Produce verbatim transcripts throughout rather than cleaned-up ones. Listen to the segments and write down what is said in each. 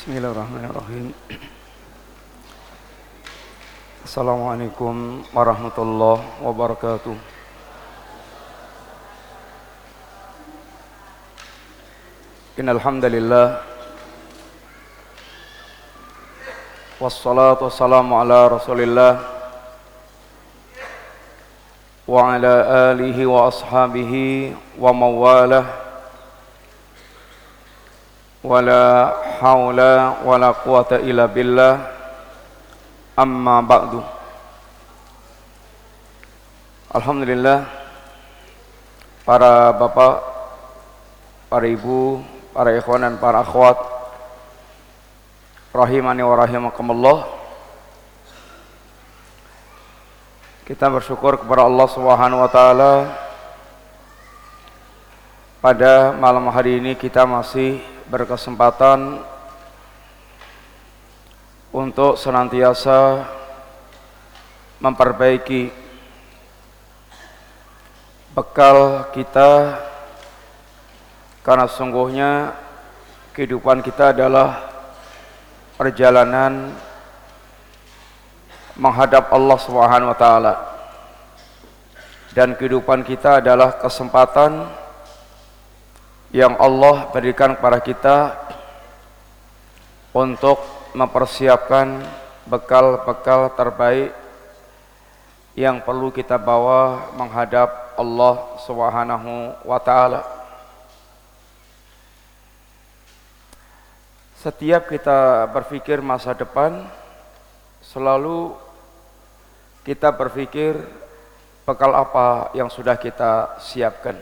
Bismillahirrahmanirrahim. Assalamualaikum warahmatullahi wabarakatuh. Innal hamdalillah wassalatu wassalamu ala Rasulillah wa ala alihi wa ashabihi wa mawalah. Wala haula wala quwata illa billah. Amma ba'du. Alhamdulillah, para bapak, para ibu, para ikhwan dan para akhwat rahimani wa rahimakumullah, kita bersyukur kepada Allah Subhanahu wa taala. Pada malam hari ini kita masih berkesempatan untuk senantiasa memperbaiki bekal kita, karena sungguhnya kehidupan kita adalah perjalanan menghadap Allah Subhanahu wa taala, dan kehidupan kita adalah kesempatan yang Allah berikan kepada kita untuk mempersiapkan bekal-bekal terbaik yang perlu kita bawa menghadap Allah Subhanahu wa taala. Setiap kita berpikir masa depan, selalu kita berpikir bekal apa yang sudah kita siapkan.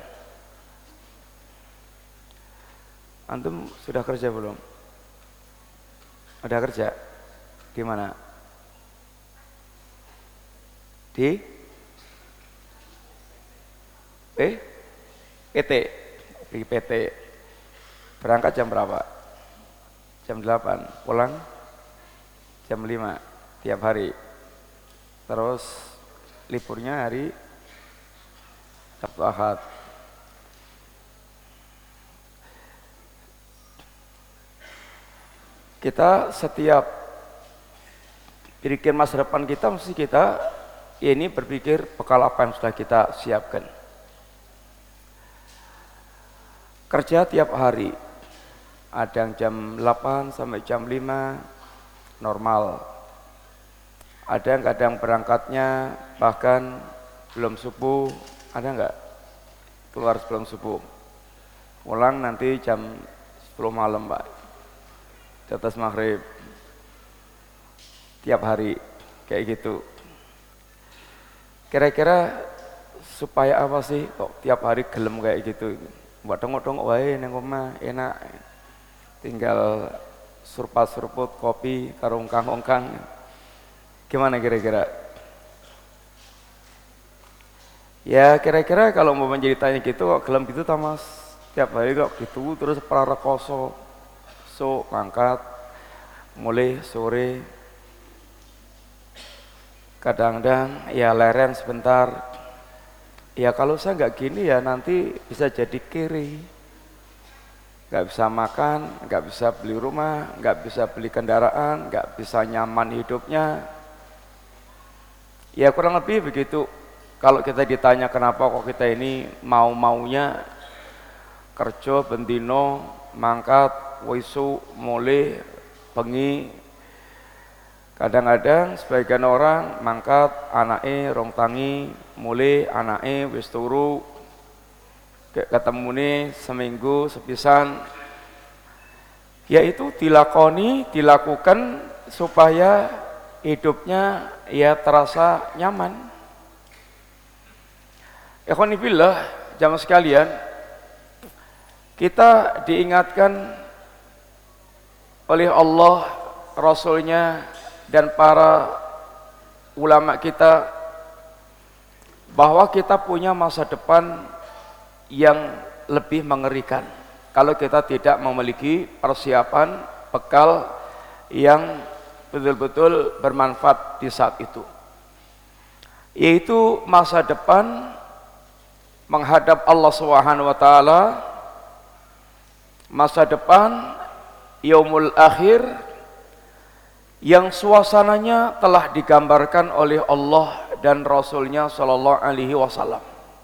Antum sudah kerja belum? Ada kerja? Di mana? Di P? PT? Di P T. Berangkat jam berapa? Jam delapan. Pulang jam lima tiap hari. Terus liburnya hari Sabtu Ahad. Kita setiap pikir masa depan kita, mesti kita ini berpikir bekal apa yang sudah kita siapkan. Kerja tiap hari, ada yang jam delapan sampai jam lima normal, ada yang kadang berangkatnya bahkan belum subuh, ada enggak? Keluar sebelum subuh, pulang nanti jam sepuluh malam, Pak, di atas maghrib. Tiap hari kayak gitu. Kira-kira supaya apa sih kok tiap hari gelem kayak gitu? Buat dong-dong wae nang omah enak, tinggal surpat-surput kopi karo ongkang-ongkang. Gimana kira-kira? Ya kira-kira kalau mau menjadi tanya gitu kok gelem gitu tamas, tiap hari kok gitu terus prarekoso. So mangkat mulai sore, kadang-kadang ya leren sebentar. Ya kalau saya nggak gini ya nanti bisa jadi kiri, nggak bisa makan, nggak bisa beli rumah, nggak bisa beli kendaraan, nggak bisa nyaman hidupnya. Ya kurang lebih begitu. Kalau kita ditanya kenapa kok kita ini mau-maunya kerja bendino mangkat wisu mulai bengi. Kadang-kadang sebagian orang mangkat anake rong tangi mulai anake wis turu, ketemune seminggu sepisan. Yaitu dilakoni, dilakukan supaya hidupnya ya terasa nyaman. Ikhwani fillah, jamaah sekalian, kita diingatkan oleh Allah, Rasulnya, dan para ulama kita bahwa kita punya masa depan yang lebih mengerikan kalau kita tidak memiliki persiapan bekal yang betul-betul bermanfaat di saat itu, yaitu masa depan menghadap Allah Subhanahu wa taala, masa depan yaumul akhir yang suasananya telah digambarkan oleh Allah dan Rasulnya Shallallahu Alaihi Wasallam.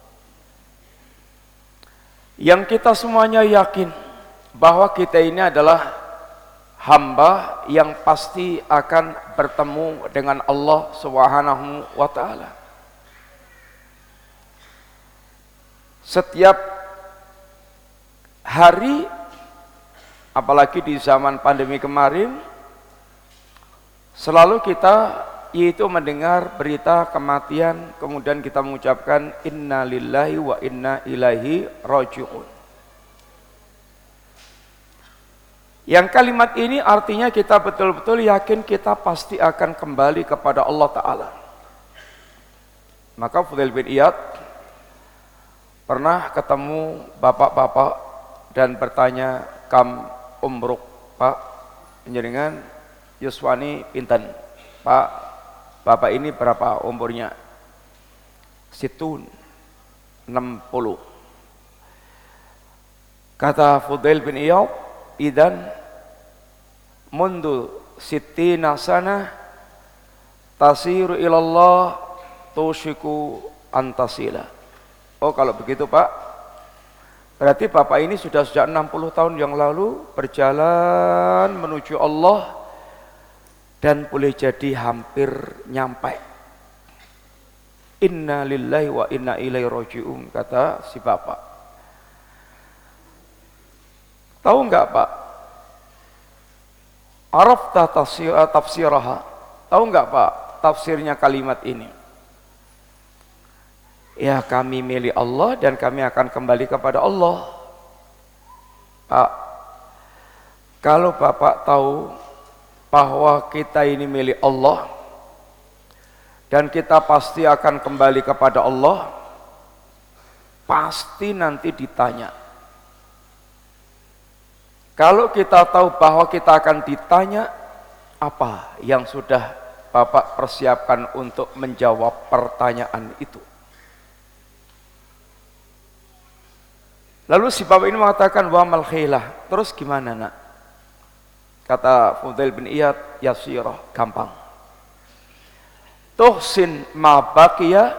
Yang kita semuanya yakin bahwa kita ini adalah hamba yang pasti akan bertemu dengan Allah Subhanahu wa Ta'ala. Setiap hari, apalagi di zaman pandemi kemarin, selalu kita yaitu mendengar berita kematian, kemudian kita mengucapkan inna lillahi wa inna ilaihi raji'un. Yang kalimat ini artinya kita betul-betul yakin kita pasti akan kembali kepada Allah Ta'ala. Maka Fudail bin Iyad pernah ketemu bapak-bapak dan bertanya, kam umruk Pak, penjaringan Yuswani pinten Pak, bapak ini berapa umurnya? Situn, enam puluh. Kata Fudail bin Iyad, idan mundu sittina sana tasiru ilallah tushiku antasila. Oh, kalau begitu Pak, berarti bapak ini sudah sejak enam puluh tahun yang lalu berjalan menuju Allah dan boleh jadi hampir nyampe. Inna lillahi wa inna ilaihi raji'un, kata si bapak. Tahu enggak Pak? Arafta tafsiraha. Tahu enggak Pak tafsirnya kalimat ini? Ya, kami milik Allah dan kami akan kembali kepada Allah. Pak, kalau Bapak tahu bahwa kita ini milik Allah dan kita pasti akan kembali kepada Allah, pasti nanti ditanya. Kalau kita tahu bahwa kita akan ditanya, apa yang sudah Bapak persiapkan untuk menjawab pertanyaan itu? Lalu si bapak ini mengatakan, wa mal khailah. Terus gimana nak? Kata Fudail bin Iyad, yasirah, gampang. Tuhsin ma baqiya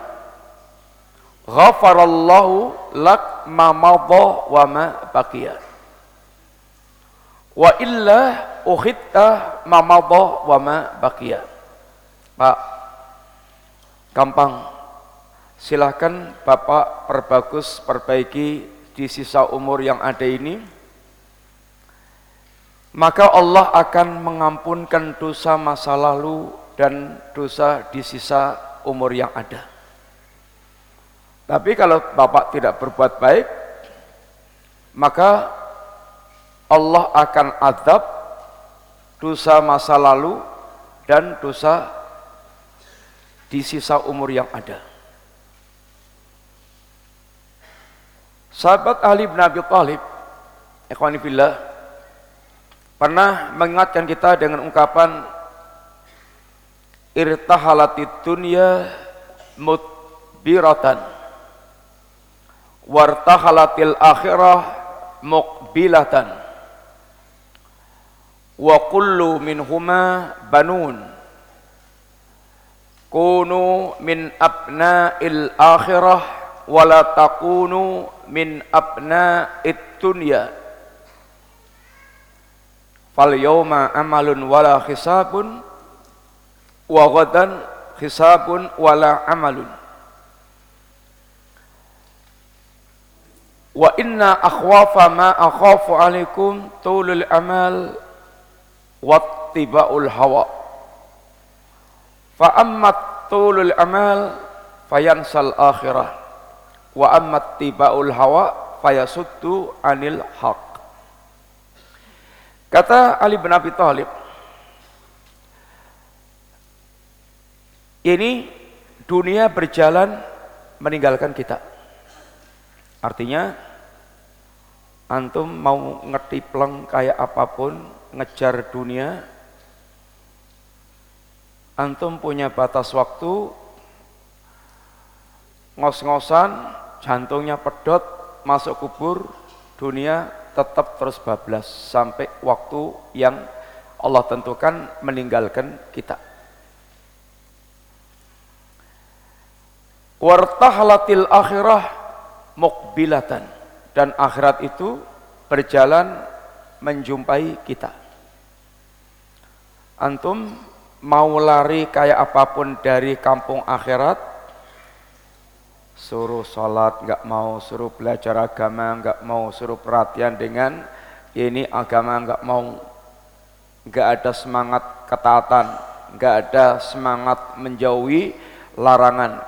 ghafarallahu lak ma madha wa ma baqiya. Wa illa ukhidta ma madha wa ma baqiya. Pak, gampang. Silahkan Bapak perbagus, perbaiki di sisa umur yang ada ini, maka Allah akan mengampunkan dosa masa lalu dan dosa di sisa umur yang ada. Tapi kalau Bapak tidak berbuat baik, maka Allah akan azab dosa masa lalu dan dosa di sisa umur yang ada. Sahabat Ali bin Abi Thalib, ikhwani fillah, pernah mengingatkan kita dengan ungkapan irtahalatid dunya mudbiratan wartahalatil akhirah muqbilatan wa kullu minhuma banun kunu min abna'il akhirah wala takunu min abna'id dunya fal yawma amalun wala hisabun wa ghadan hisabun wala amalun wa inna akhwafa ma akhafu alaikum tulul amal wattiba'ul hawa fa ammat tulul amal fayansal akhirah wa ammat tiba'ul hawa fayasuddu anil haq. Kata Ali bin Abi Thalib, ini dunia berjalan meninggalkan kita. Artinya antum mau ngetipleng kayak apapun, ngejar dunia, antum punya batas waktu, ngos-ngosan, jantungnya pedot, masuk kubur, dunia tetap terus bablas sampai waktu yang Allah tentukan meninggalkan kita. Wartahlatil akhirah muqbilatan, dan akhirat itu berjalan menjumpai kita. Antum mau lari kayak apapun dari kampung akhirat, suruh sholat nggak mau, suruh belajar agama nggak mau, suruh perhatian dengan ini agama nggak mau, nggak ada semangat ketaatan, nggak ada semangat menjauhi larangan.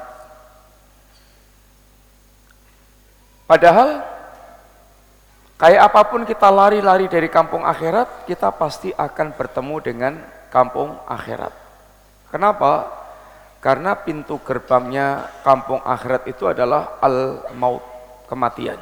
Padahal kayak apapun kita lari-lari dari kampung akhirat, kita pasti akan bertemu dengan kampung akhirat. Kenapa? Karena pintu gerbangnya kampung akhirat itu adalah al-maut, kematian.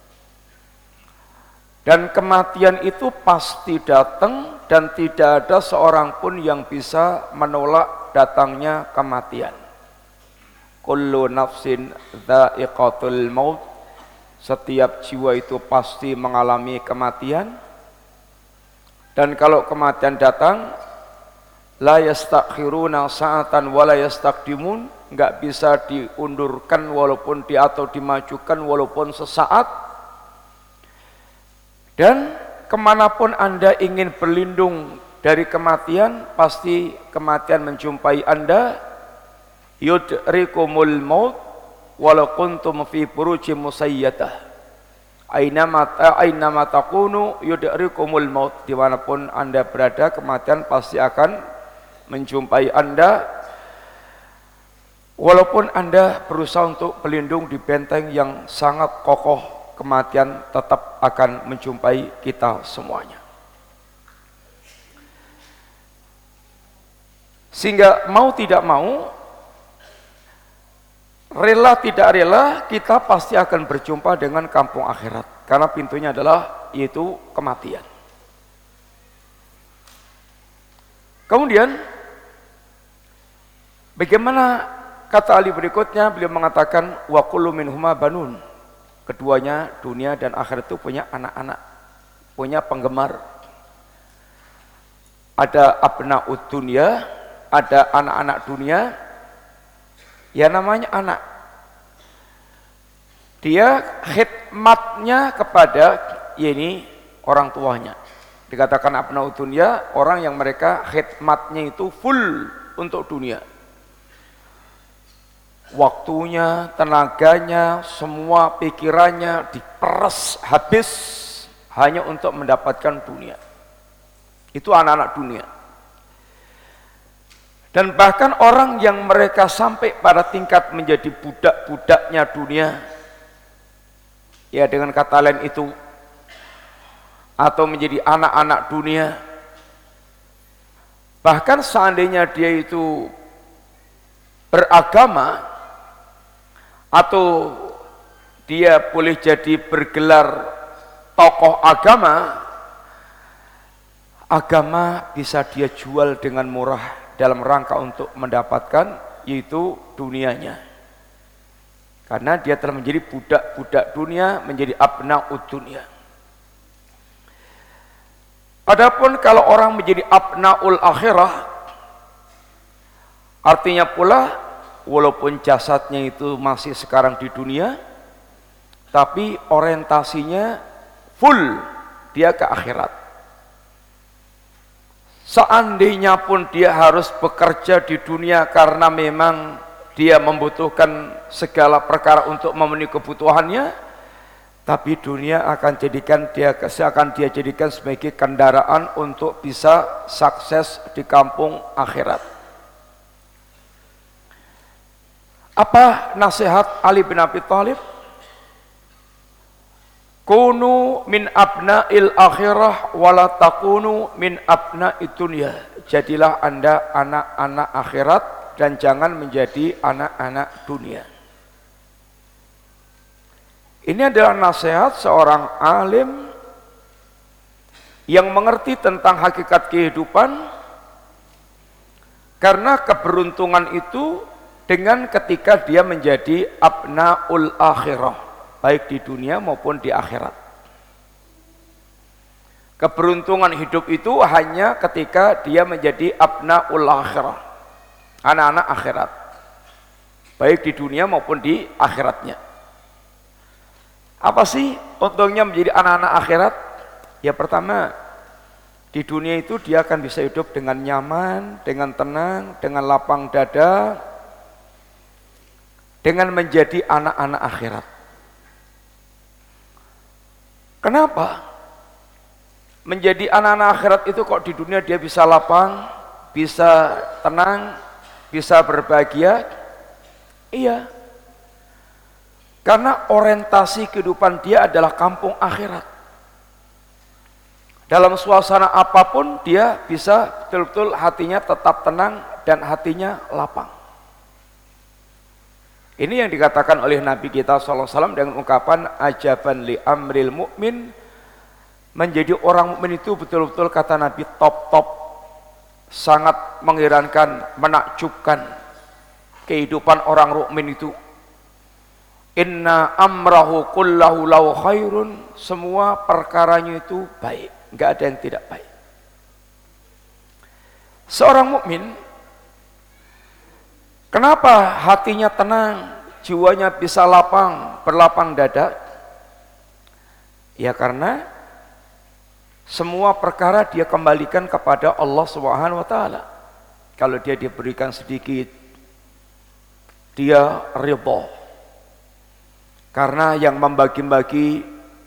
Dan kematian itu pasti datang dan tidak ada seorang pun yang bisa menolak datangnya kematian. Kullu nafsin dha'iqatul maut, setiap jiwa itu pasti mengalami kematian. Dan kalau kematian datang, la yastakhiruna sa'atan wa la yastaqdimun, enggak bisa diundurkan walaupun di atau dimajukan walaupun sesaat. Dan kemanapun Anda ingin berlindung dari kematian, pasti kematian menjumpai Anda. Yudrikumul maut walau kuntum fi burujim musayyadah, aynama aynama takunu yudrikumul maut, dimanapun Anda berada kematian pasti akan menjumpai Anda, walaupun Anda berusaha untuk berlindung di benteng yang sangat kokoh, kematian tetap akan menjumpai kita semuanya. Sehingga mau tidak mau, rela tidak rela, kita pasti akan berjumpa dengan kampung akhirat, karena pintunya adalah yaitu kematian. Kemudian bagaimana kata Ali berikutnya, beliau mengatakan wa kullu minhuma banun, keduanya dunia dan akhirat itu punya anak-anak, punya penggemar. Ada abnaud dunya, ada anak-anak dunia. Ya namanya anak, dia khidmatnya kepada ya ini orang tuanya. Dikatakan abnaud dunya, orang yang mereka khidmatnya itu full untuk dunia. Waktunya, tenaganya, semua pikirannya diperes habis hanya untuk mendapatkan dunia. Itu anak-anak dunia. Dan bahkan orang yang mereka sampai pada tingkat menjadi budak-budaknya dunia, ya dengan kata lain itu, atau menjadi anak-anak dunia, bahkan seandainya dia itu beragama, atau dia boleh jadi bergelar tokoh agama, agama bisa dia jual dengan murah dalam rangka untuk mendapatkan yaitu dunianya, karena dia telah menjadi budak-budak dunia, menjadi abnaud dunia. Adapun kalau orang menjadi abnaul akhirah, artinya pula walaupun jasadnya itu masih sekarang di dunia, tapi orientasinya full dia ke akhirat. Seandainya pun dia harus bekerja di dunia karena memang dia membutuhkan segala perkara untuk memenuhi kebutuhannya, tapi dunia akan jadikan dia akan dia jadikan sebagai kendaraan untuk bisa sukses di kampung akhirat. Apa nasihat Ali bin Abi Thalib? Kunu min abna'il akhirah wala takunu min abna'id dunya. Jadilah Anda anak-anak akhirat dan jangan menjadi anak-anak dunia. Ini adalah nasihat seorang alim yang mengerti tentang hakikat kehidupan, karena keberuntungan itu dengan ketika dia menjadi abna'ul akhirah, baik di dunia maupun di akhirat. Keberuntungan hidup itu hanya ketika dia menjadi abnaul akhirah, anak-anak akhirat, baik di dunia maupun di akhiratnya. Apa sih untungnya menjadi anak-anak akhirat? Ya pertama, di dunia itu dia akan bisa hidup dengan nyaman, dengan tenang, dengan lapang dada, dengan menjadi anak-anak akhirat. Kenapa? Menjadi anak-anak akhirat itu kok di dunia dia bisa lapang, bisa tenang, bisa berbahagia? Iya. Karena orientasi kehidupan dia adalah kampung akhirat. Dalam suasana apapun dia bisa betul-betul hatinya tetap tenang dan hatinya lapang. Ini yang dikatakan oleh Nabi kita shallallahu alaihi wasallam dengan ungkapan ajaban li amril mu'min. Menjadi orang mukmin itu betul-betul kata Nabi top-top, sangat mengherankan, menakjubkan kehidupan orang mukmin itu. Inna amrahu kullahu lahu khairun, semua perkaranya itu baik, enggak ada yang tidak baik. Seorang mukmin kenapa hatinya tenang, jiwanya bisa lapang, berlapang dada? Ya karena semua perkara dia kembalikan kepada Allah Subhanahu wa taala. Kalau dia diberikan sedikit, dia ridha. Karena yang membagi-bagi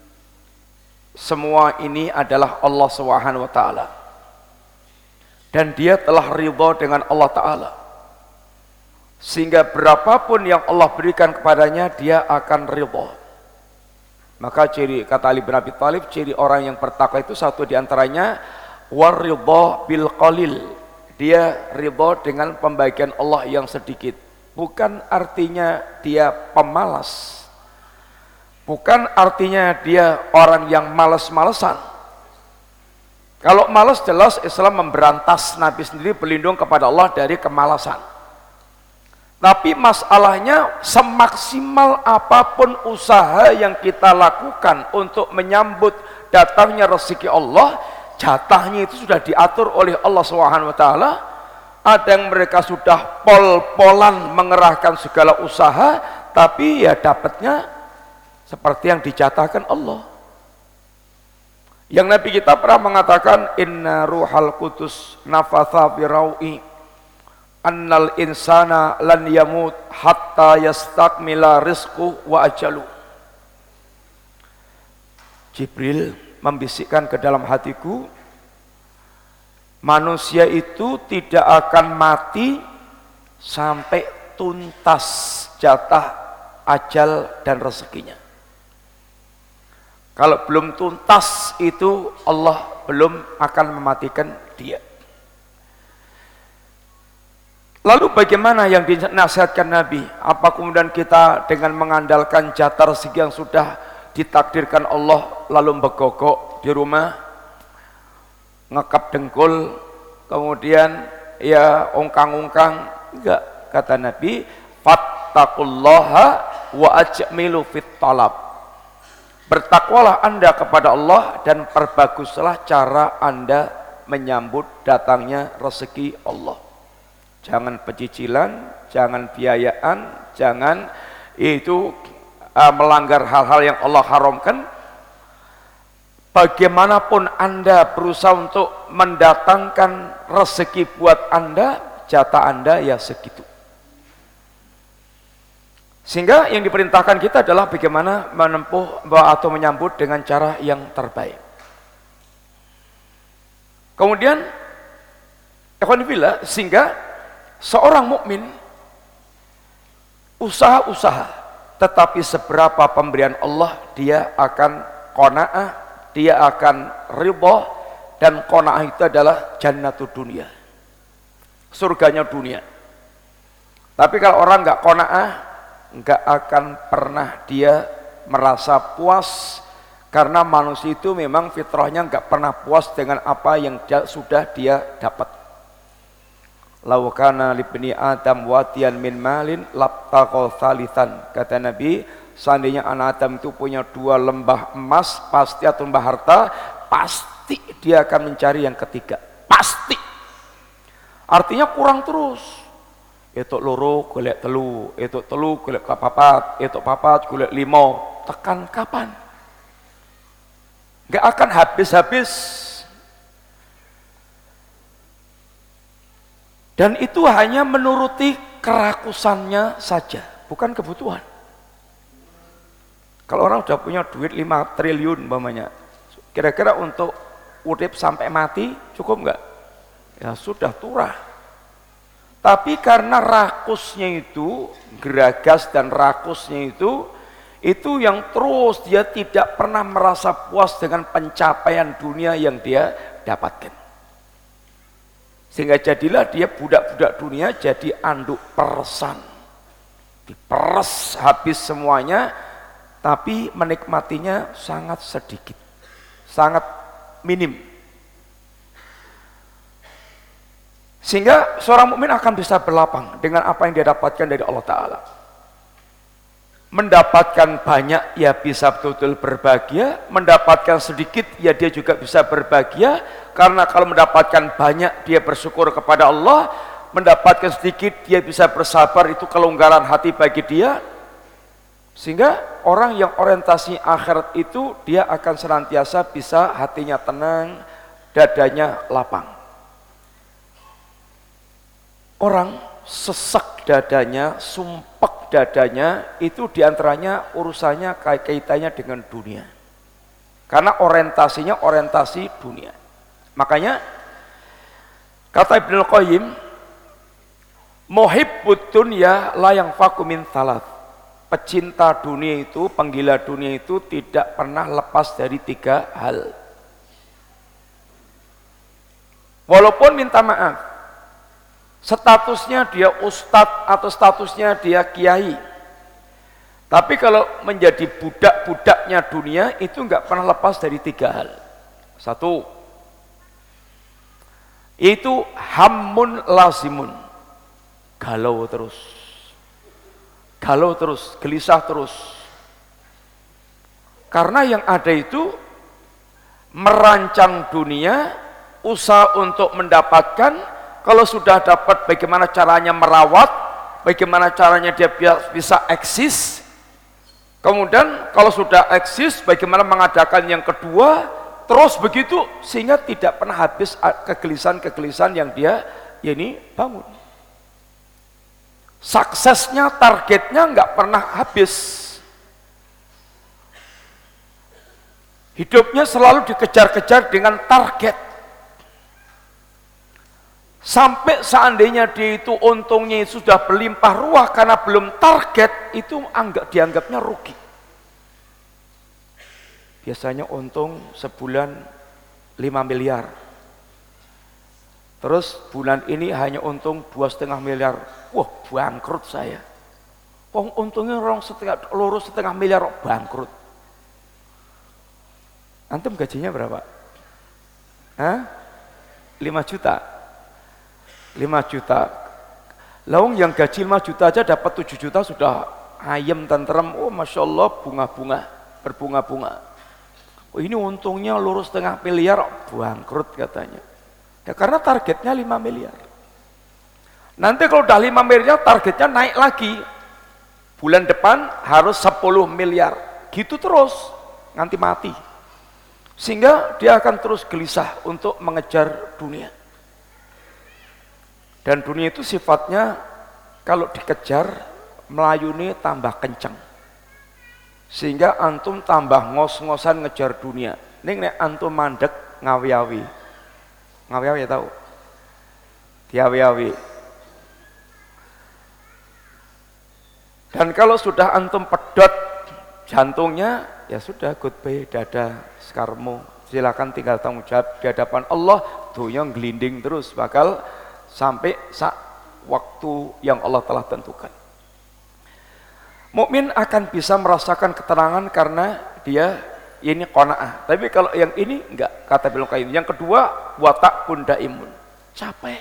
semua ini adalah Allah Subhanahu wa taala. Dan dia telah ridha dengan Allah taala. Sehingga berapapun yang Allah berikan kepadanya, dia akan ridha. Maka ciri, kata Ali bin Abi Thalib, ciri orang yang bertakwa itu satu diantaranya waridha bil qalil. Dia ridha dengan pembagian Allah yang sedikit. Bukan artinya dia pemalas. Bukan artinya dia orang yang malas-malesan. Kalau malas jelas Islam memberantas, Nabi sendiri berlindung kepada Allah dari kemalasan. Tapi masalahnya semaksimal apapun usaha yang kita lakukan untuk menyambut datangnya rezeki Allah, jatahnya itu sudah diatur oleh Allah Subhanahu wa taala. Ada yang mereka sudah pol-polan mengerahkan segala usaha, tapi ya dapatnya seperti yang dijatahkan Allah. Yang Nabi kita pernah mengatakan inna ruhal qudus nafatha bi raui annal insana lan yamut hatta yastakmila rizqu wa ajalu. Jibril membisikkan ke dalam hatiku, manusia itu tidak akan mati sampai tuntas jatah ajal dan rezekinya. Kalau belum tuntas itu Allah belum akan mematikan dia. Lalu bagaimana yang dinasihatkan Nabi? Apa kemudian kita dengan mengandalkan jatah rezeki yang sudah ditakdirkan Allah lalu begogok di rumah, ngekap dengkul, kemudian ya ongkang-ongkang? Enggak, kata Nabi, fattaqullaha wa ajmilu fit talab. Bertakwalah Anda kepada Allah dan perbaguslah cara Anda menyambut datangnya rezeki Allah. Jangan pecicilan, jangan biayaan, jangan itu uh, melanggar hal-hal yang Allah haramkan. Bagaimanapun Anda berusaha untuk mendatangkan rezeki buat Anda, jatah Anda ya segitu. Sehingga yang diperintahkan kita adalah bagaimana menempuh atau menyambut dengan cara yang terbaik. Kemudian, ikhwan fillah, sehingga seorang mukmin usaha-usaha, tetapi seberapa pemberian Allah dia akan qanaah, dia akan ridha, dan qanaah itu adalah jannatud dunia, surganya dunia. Tapi kalau orang nggak qanaah, nggak akan pernah dia merasa puas, karena manusia itu memang fitrahnya nggak pernah puas dengan apa yang sudah dia dapat. Lau kana libni Adam watian min malin labtaqal thalithan, kata Nabi, seandainya anak Adam itu punya dua lembah emas pasti atau lembah harta, pasti pasti dia akan mencari yang ketiga, pasti. Artinya kurang terus. Itu loro golek telu, itu telu golek papat, itu papat golek limo. Tekan kapan? Gak akan habis-habis. Dan itu hanya menuruti kerakusannya saja, bukan kebutuhan. Kalau orang sudah punya duit lima triliun umpamanya, kira-kira untuk urip sampai mati cukup enggak? Ya sudah turah. Tapi karena rakusnya itu, geragas dan rakusnya itu, itu yang terus dia tidak pernah merasa puas dengan pencapaian dunia yang dia dapatkan. Sehingga jadilah dia budak-budak dunia, jadi anduk peresan. Diperes habis semuanya, tapi menikmatinya sangat sedikit, sangat minim. Sehingga seorang mukmin akan bisa berlapang dengan apa yang dia dapatkan dari Allah Ta'ala. Mendapatkan banyak, ya bisa betul-betul berbahagia. Mendapatkan sedikit, ya dia juga bisa berbahagia. Karena kalau mendapatkan banyak, dia bersyukur kepada Allah. Mendapatkan sedikit, dia bisa bersabar, itu kelonggaran hati bagi dia. Sehingga orang yang orientasi akhirat itu, dia akan senantiasa bisa hatinya tenang, dadanya lapang. Orang sesak dadanya, sumpek dadanya, itu diantaranya urusannya kaitannya dengan dunia. Karena orientasinya orientasi dunia. Makanya kata Ibnul Qayyim, muhibbud dunya la yanfaku min thalath. Pecinta dunia itu, penggila dunia itu tidak pernah lepas dari tiga hal. Walaupun minta maaf, statusnya dia ustadz atau statusnya dia kiai, tapi kalau menjadi budak-budaknya dunia itu enggak pernah lepas dari tiga hal. Satu, yaitu hammun lazimun, galau terus, galau terus, gelisah terus. Karena yang ada itu merancang dunia, usaha untuk mendapatkan. Kalau sudah dapat, bagaimana caranya merawat, bagaimana caranya dia bisa eksis. Kemudian kalau sudah eksis, bagaimana mengadakan yang kedua, terus begitu, sehingga tidak pernah habis kegelisahan-kegelisahan yang dia ya ini bangun. Suksesnya, targetnya nggak pernah habis. Hidupnya selalu dikejar-kejar dengan target. Sampai seandainya dia itu untungnya sudah berlimpah ruah karena belum target, itu anggap dianggapnya rugi. Biasanya untung sebulan lima miliar. Terus bulan ini hanya untung dua setengah miliar. Wah, bangkrut saya. Wong untungnya orang setengah, loro setengah miliar, bangkrut. Antum gajinya berapa? Hah? lima juta. lima juta. Laung yang gaji lima juta aja dapat tujuh juta sudah ayem tentrem. Oh Masya Allah, bunga-bunga, berbunga-bunga. Oh, ini untungnya lurus setengah miliar, bangkrut katanya. Ya karena targetnya lima miliar. Nanti kalau udah lima miliar, targetnya naik lagi. Bulan depan harus sepuluh miliar. Gitu terus, nanti mati. Sehingga dia akan terus gelisah untuk mengejar dunia. Dan dunia itu sifatnya kalau dikejar, melayuni tambah kencang. Sehingga antum tambah ngos-ngosan ngejar dunia. Ini nek antum mandek ngawi-awi. Ngawi-awi tahu? Diawi-awi. Dan kalau sudah antum pedot jantungnya, ya sudah goodbye, dadah, sekarmu. Silakan tinggal tanggung jawab di hadapan Allah. Dunia ngelinding terus, bakal sampai saat waktu yang Allah telah tentukan. Mukmin akan bisa merasakan ketenangan karena dia ini qanaah. Tapi kalau yang ini enggak, kata Ibnu Qayyim. Yang kedua, watak bunda imun, capek.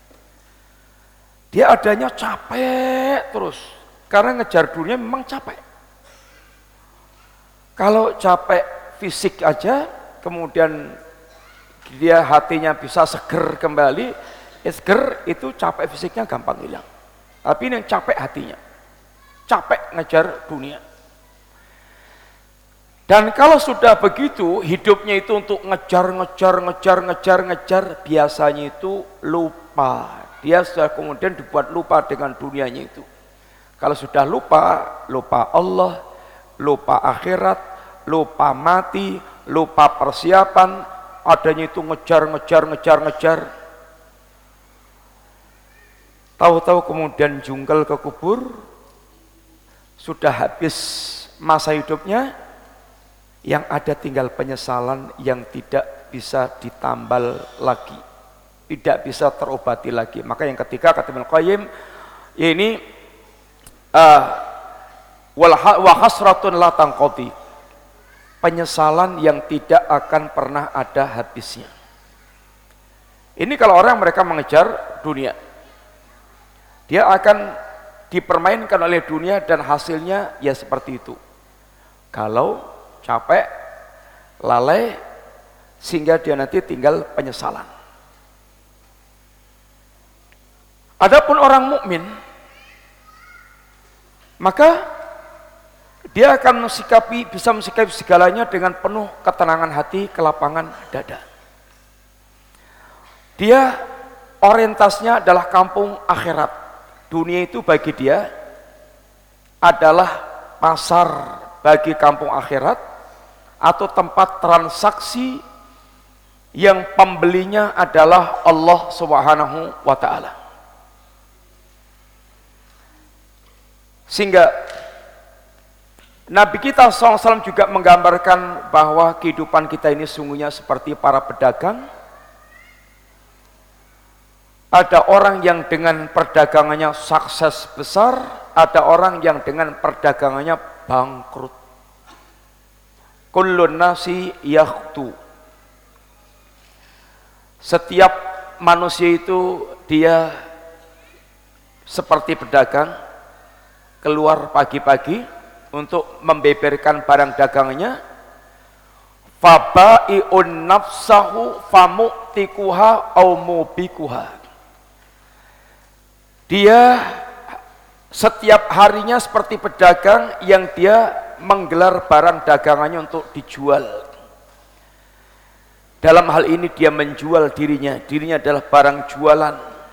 Dia adanya capek terus. Karena ngejar dunia memang capek. Kalau capek fisik aja, kemudian dia hatinya bisa seger kembali, ya seger itu capek fisiknya gampang hilang. Tapi ini yang capek hatinya, capek ngejar dunia. Dan kalau sudah begitu, hidupnya itu untuk ngejar, ngejar, ngejar, ngejar, ngejar, biasanya itu lupa. Dia sudah kemudian dibuat lupa dengan dunianya itu. Kalau sudah lupa, lupa Allah, lupa akhirat, lupa mati, lupa persiapan, adanya itu ngejar, ngejar, ngejar, ngejar. Tahu-tahu kemudian jungkel ke kubur, sudah habis masa hidupnya, yang ada tinggal penyesalan yang tidak bisa ditambal lagi, tidak bisa terobati lagi. Maka yang ketiga kata Ibnu Qayyim, ya ini uh, wa hasratun la tanqadi, penyesalan yang tidak akan pernah ada habisnya. Ini kalau orang mereka mengejar dunia, dia akan dipermainkan oleh dunia dan hasilnya ya seperti itu. Kalau capek, lalai, sehingga dia nanti tinggal penyesalan. Adapun orang mukmin, maka dia akan mensikapi, bisa mensikapi segalanya dengan penuh ketenangan hati, kelapangan dada. Dia orientasinya adalah kampung akhirat. Dunia itu bagi dia adalah pasar bagi kampung akhirat, atau tempat transaksi yang pembelinya adalah Allah Subhanahu wa ta'ala. Sehingga Nabi kita shallallahu alaihi wasallam juga menggambarkan bahwa kehidupan kita ini sungguhnya seperti para pedagang. Ada orang yang dengan perdagangannya sukses besar, ada orang yang dengan perdagangannya bangkrut. Kullun nasi yakhtu. Setiap manusia itu dia seperti pedagang, keluar pagi-pagi untuk membeberkan barang dagangannya. Fabai'un nafsahu famu'tikuha au mubikuha. Dia setiap harinya seperti pedagang yang dia menggelar barang dagangannya untuk dijual. Dalam hal ini dia menjual dirinya, dirinya adalah barang jualan.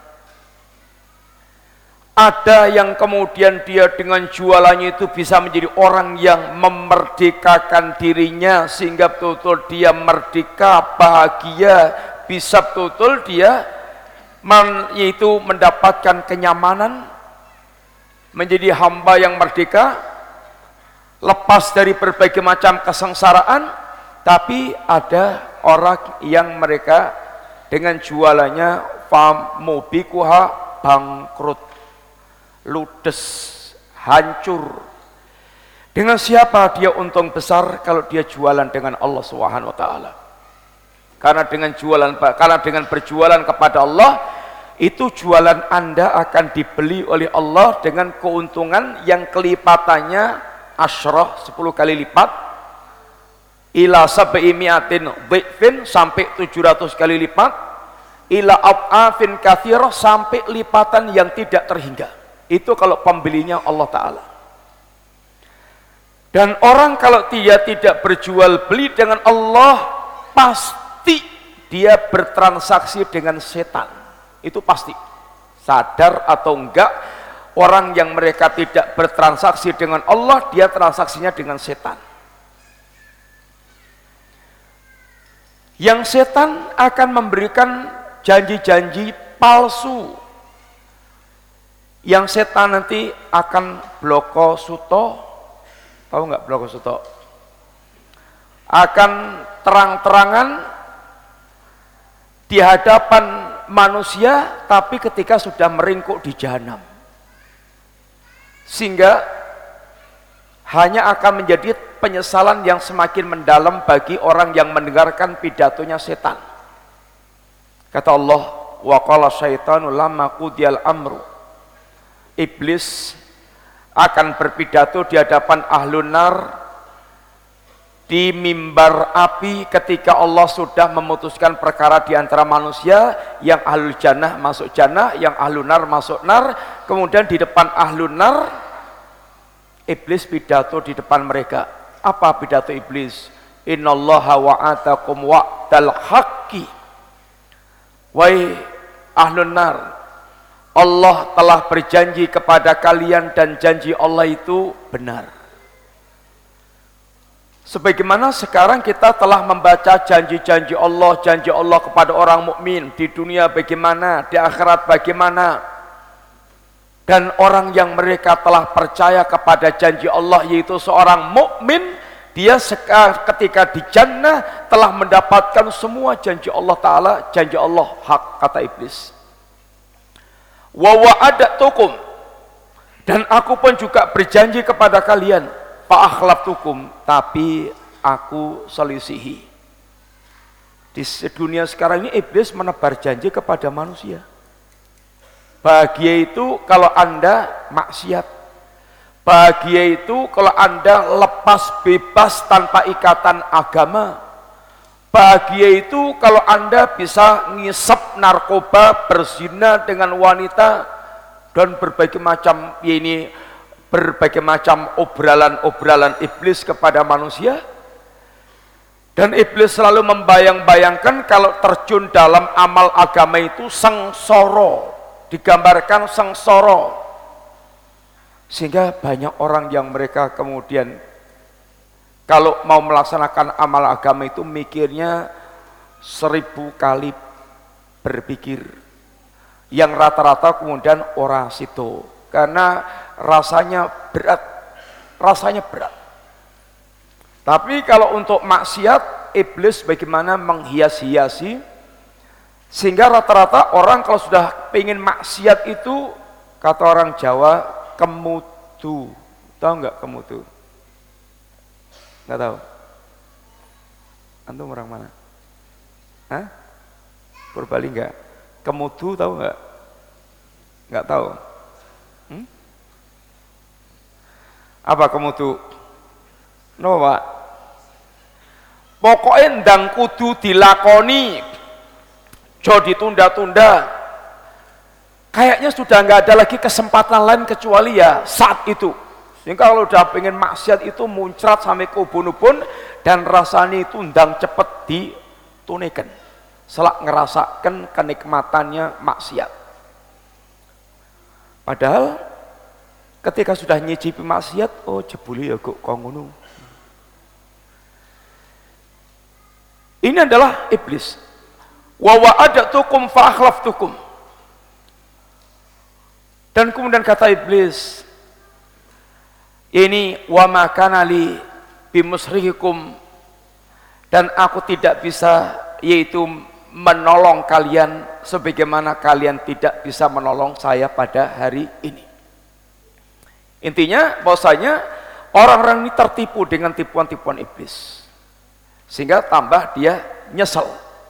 Ada yang kemudian dia dengan jualannya itu bisa menjadi orang yang memerdekakan dirinya sehingga betul-betul dia merdeka, bahagia, bisa betul-betul dia men, yaitu mendapatkan kenyamanan, menjadi hamba yang merdeka, lepas dari berbagai macam kesengsaraan. Tapi ada orang yang mereka dengan jualannya famubikuha, bangkrut, ludes, hancur. Dengan siapa dia untung besar? Kalau dia jualan dengan Allah Subhanahu wa ta'ala. Karena dengan jualan, karena dengan berjualan kepada Allah, itu jualan Anda akan dibeli oleh Allah dengan keuntungan yang kelipatannya asyrah, sepuluh kali lipat, ila sab'i mi'atin dhifin, sampai tujuh ratus kali lipat, ila ab'afin kathirah, sampai lipatan yang tidak terhingga. Itu kalau pembelinya Allah Ta'ala. Dan orang kalau dia tidak berjual beli dengan Allah, pasti dia bertransaksi dengan setan. Itu pasti, sadar atau enggak. Orang yang mereka tidak bertransaksi dengan Allah, dia transaksinya dengan setan. Yang setan akan memberikan janji-janji palsu. Yang setan nanti akan bloko suto, tahu nggak bloko suto? Akan terang-terangan di hadapan manusia, tapi ketika sudah meringkuk di jahanam. Sehingga hanya akan menjadi penyesalan yang semakin mendalam bagi orang yang mendengarkan pidatonya setan. Kata Allah, wa qala syaitanu lamma qudiyal amru, iblis akan berpidato di hadapan ahlun nar, di di mimbar api ketika Allah sudah memutuskan perkara di antara manusia, yang ahlul jannah masuk jannah, yang ahlun nar masuk nar. Kemudian di depan ahlun nar, iblis pidato di depan mereka. Apa pidato iblis? Innallaha wa'atakum wa'dal haqqi. Wahai ahlun nar, Allah telah berjanji kepada kalian dan janji Allah itu benar. Sebagaimana sekarang kita telah membaca janji-janji Allah, janji Allah kepada orang mukmin di dunia bagaimana, di akhirat bagaimana. Dan orang yang mereka telah percaya kepada janji Allah, yaitu seorang mukmin, dia ketika di jannah telah mendapatkan semua janji Allah Ta'ala, janji Allah hak, kata iblis. Wa wa'adatukum, dan aku pun juga berjanji kepada kalian, fa akhlaftukum, tapi aku selisihi. Di dunia sekarang ini iblis menebar janji kepada manusia. Bahagia itu kalau Anda maksiat. Bahagia itu kalau Anda lepas bebas tanpa ikatan agama. Bahagia itu kalau Anda bisa ngisep narkoba, berzina dengan wanita, dan berbagai macam ini berbagai macam obralan-obralan iblis kepada manusia. Dan iblis selalu membayang-bayangkan kalau terjun dalam amal agama itu sengsara, digambarkan sengsara. Sehingga banyak orang yang mereka kemudian kalau mau melaksanakan amal agama itu mikirnya seribu kali berpikir. Yang rata-rata kemudian ora sido, karena rasanya berat, rasanya berat. Tapi kalau untuk maksiat, iblis bagaimana menghias-hiasi, sehingga rata-rata orang kalau sudah pengen maksiat itu, kata orang Jawa, kemudu. Tahu nggak kemudu? Nggak tahu? Antum orang mana? Hah? Purbalingga nggak? Kemudu tahu nggak? Nggak tahu? Hmm? Apa kemudu? No, Pak. Pokoknya ndang kudu dilakoni, jo ditunda-tunda. Kayaknya sudah nggak ada lagi kesempatan lain kecuali ya saat itu. Sehingga kalau udah pengen maksiat itu muncrat sampai ke ubun-ubun, dan rasanya itu ndang cepet ditunikan. Selak ngerasakan kenikmatannya maksiat. Padahal ketika sudah nyicipi maksiat, oh jebuli ya kok ngono. Ini adalah iblis. Wa wa'adatukum fa akhlaftukum. Dan kemudian kata iblis, ini wa ma kana li bimusrihikum, dan aku tidak bisa yaitu menolong kalian sebagaimana kalian tidak bisa menolong saya pada hari ini. Intinya bahwasanya orang-orang ini tertipu dengan tipuan-tipuan iblis, sehingga tambah dia nyesel.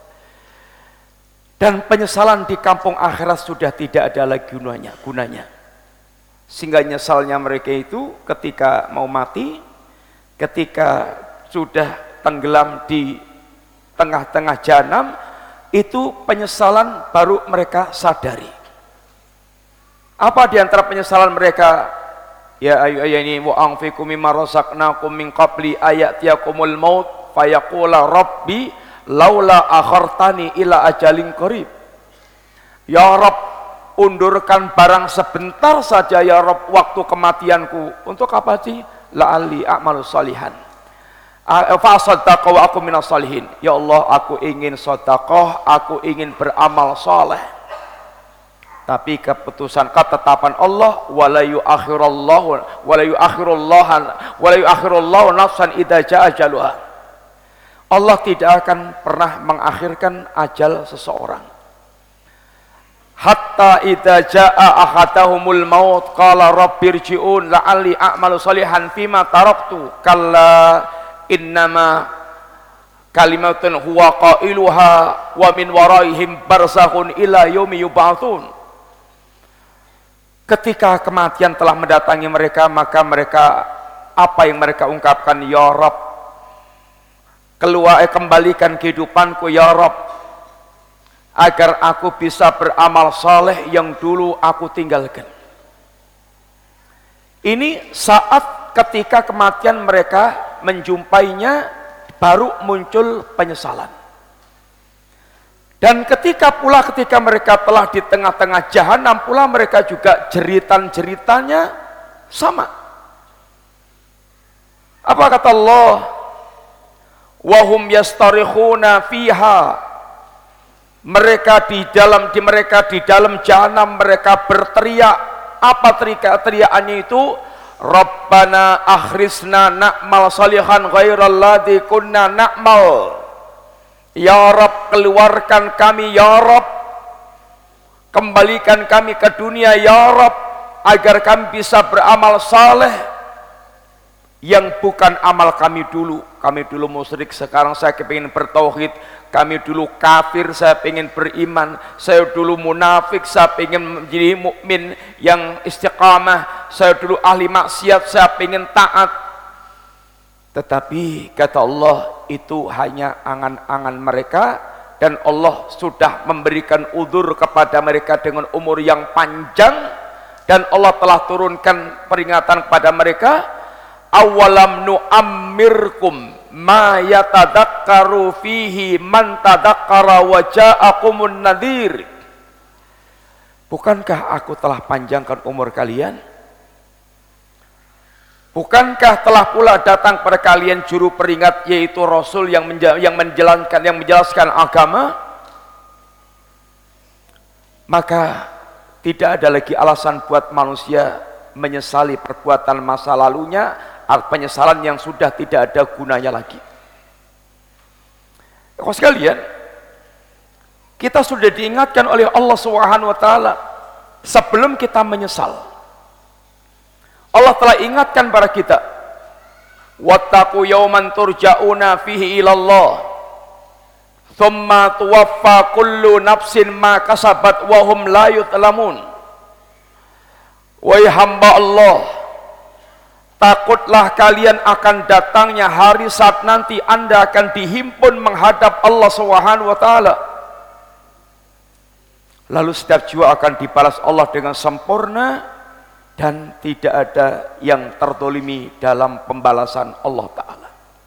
Dan penyesalan di kampung akhirat sudah tidak ada lagi gunanya, gunanya. Sehingga nyesalnya mereka itu ketika mau mati, ketika sudah tenggelam di tengah-tengah jahanam, itu penyesalan baru mereka sadari. Apa di antara penyesalan mereka? Ya ayu ayani wa anfiqu mimma razaqnakum min qabli ayatiyakumul maut fayaqula rabbi laula akhartani ila ajalin qarib. Ya Rabb, undurkan barang sebentar saja ya Rabb waktu kematianku. Untuk apa sih? La'alli a'malu salihan. Fa saddaqa wa aku minas salihin. Ya Allah, aku ingin sedekah, aku ingin beramal saleh. Tapi keputusan ketetapan Allah, wala yu'akhirullahu wala yu'akhirullahu wala yu'akhirullahu nafsan idza jaa ajaluha. Allah tidak akan pernah mengakhirkan ajal seseorang. Hatta idza jaa ahadahumul maut qala rabbirji'un la'alli a'malu salihan fima taraktu kalla innama kalimatun huwa qailuha wa min waraihim barzakhun ila yaumi yub'atsun. Ketika kematian telah mendatangi mereka, maka mereka apa yang mereka ungkapkan, ya Rabb, keluar eh, kembalikan kehidupanku ya Rabb, agar aku bisa beramal saleh yang dulu aku tinggalkan. Ini saat ketika kematian mereka menjumpainya, baru muncul penyesalan. Dan ketika pula ketika mereka telah di tengah-tengah jahanam pula, mereka juga jeritan-jeritanya sama. Apa kata Allah? Wahum yastarikhuna fiha. Mereka di dalam di mereka di dalam jahanam mereka berteriak. Apa teriak-teriakannya itu? Rabbana akhrisna na'mal salihan ghairal ladzi kunna na'mal. Ya Rabb, keluarkan kami ya Rabb, kembalikan kami ke dunia ya Rabb, agar kami bisa beramal saleh yang bukan amal kami dulu. Kami dulu musyrik, sekarang saya kepingin bertauhid. Kami dulu kafir, saya ingin beriman. Saya dulu munafik, saya ingin menjadi mukmin yang istiqamah. Saya dulu ahli maksiat, saya ingin taat. Tetapi kata Allah, itu hanya angan-angan mereka, dan Allah sudah memberikan udzur kepada mereka dengan umur yang panjang, dan Allah telah turunkan peringatan kepada mereka. Awalam nu'ammirkum ma yatadakkaru fihi man tadakkara wa ja'akumun nadhir. Bukankah aku telah panjangkan umur kalian? Bukankah telah pula datang pada kalian juru peringat, yaitu Rasul yang yang menjalankan yang menjelaskan agama? Maka tidak ada lagi alasan buat manusia menyesali perbuatan masa lalunya, penyesalan yang sudah tidak ada gunanya lagi. Kawan sekalian, kita sudah diingatkan oleh Allah Subhanahu wa taala sebelum kita menyesal. Allah telah ingatkan pada kita, wattaqu yawman turja'una fihi ilallah thumma tuwaffa kullu nafsin ma kasabat wa hum la yuzlamun. Wahai hamba Allah, takutlah kalian akan datangnya hari saat nanti Anda akan dihimpun menghadap Allah Subhanahu wa taala. Lalu setiap jiwa akan dibalas Allah dengan sempurna, dan tidak ada yang terdolimi dalam pembalasan Allah Ta'ala.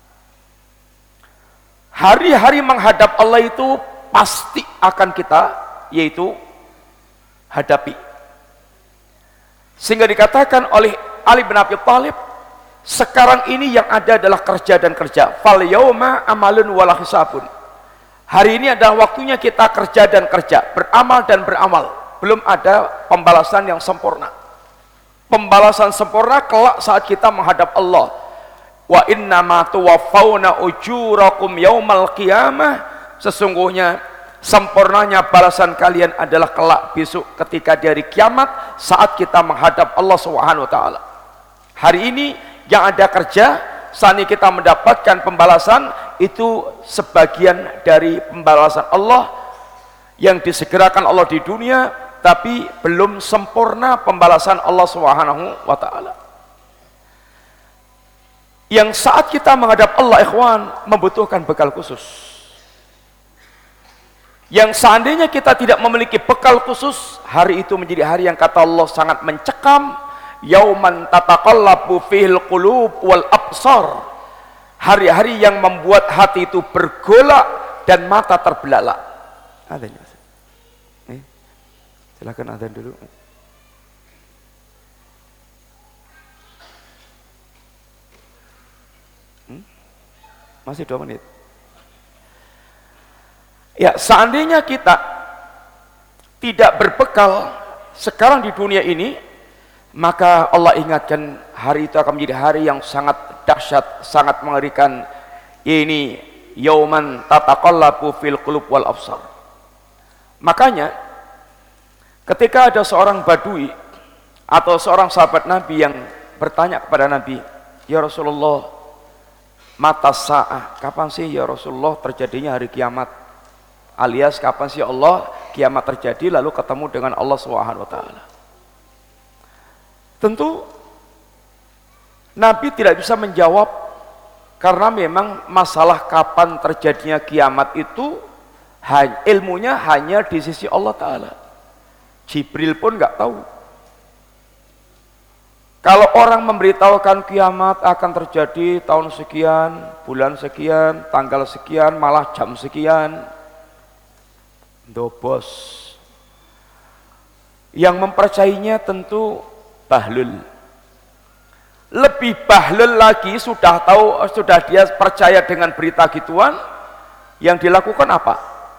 Hari-hari menghadap Allah itu pasti akan kita yaitu hadapi. Sehingga dikatakan oleh Ali bin Abi Thalib, sekarang ini yang ada adalah kerja dan kerja. Fal yauma amalun wala hisabun. Hari ini adalah waktunya kita kerja dan kerja, beramal dan beramal. Belum ada pembalasan yang sempurna. Pembalasan sempurna kelak saat kita menghadap Allah. Wa innama tuwaffawna ujurakum yaumal qiyamah. Sesungguhnya sempurnanya balasan kalian adalah kelak besok ketika di hari kiamat saat kita menghadap Allah Subhanahu wa taala. Hari ini yang ada kerja, saat ini kita mendapatkan pembalasan, itu sebagian dari pembalasan Allah yang disegerakan Allah di dunia, tapi belum sempurna pembalasan Allah Subhanahu wa taala. Yang saat kita menghadap Allah, ikhwan, membutuhkan bekal khusus. Yang seandainya kita tidak memiliki bekal khusus, hari itu menjadi hari yang kata Allah sangat mencekam. Yauman tataqallabu fihil qulub wal absar. Hari-hari yang membuat hati itu bergolak dan mata terbelalak. Adanya. Nih. Silakan adzan dulu. Hmm? Masih dua menit. Ya, seandainya kita tidak berbekal sekarang di dunia ini, maka Allah ingatkan hari itu akan menjadi hari yang sangat dahsyat, sangat mengerikan. Ini yauman tataqallabu fil qulub wal absar. Makanya ketika ada seorang badui atau seorang sahabat Nabi yang bertanya kepada Nabi, ya Rasulullah, mata sa'ah, kapan sih ya Rasulullah terjadinya hari kiamat? Alias kapan sih Allah kiamat terjadi lalu ketemu dengan Allah Subhanahu wa taala? Tentu Nabi tidak bisa menjawab Karena memang masalah kapan terjadinya kiamat itu ilmunya hanya di sisi Allah Ta'ala. Jibril pun nggak tahu. Kalau orang memberitahukan kiamat akan terjadi tahun sekian, bulan sekian, tanggal sekian, malah jam sekian, dobos. Yang mempercayainya tentu bahlul. Lebih bahlul lagi, sudah tahu, sudah dia percaya dengan berita gituan, yang dilakukan apa?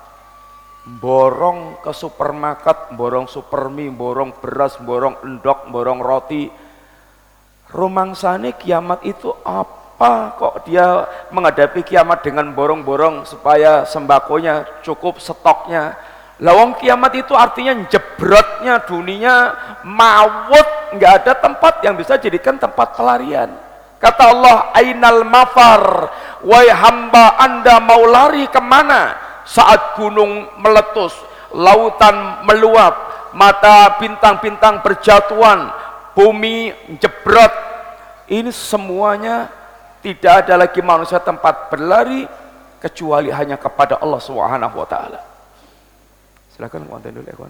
Borong ke supermarket, borong supermi, borong beras, borong endok, borong roti. Rumangsane kiamat itu apa? Kok dia menghadapi kiamat dengan borong-borong supaya sembakonya cukup, stoknya? Lawang kiamat itu artinya jebrotnya dunia, mawut, nggak ada tempat yang bisa jadikan tempat pelarian. Kata Allah, ainal mafar, wahai hamba anda mau lari kemana? Saat gunung meletus, lautan meluap, mata bintang-bintang berjatuhan, bumi jebrot, ini semuanya tidak ada lagi manusia tempat berlari kecuali hanya kepada Allah Subhanahu wa Ta'ala. Silakan konten dulu ya kawan.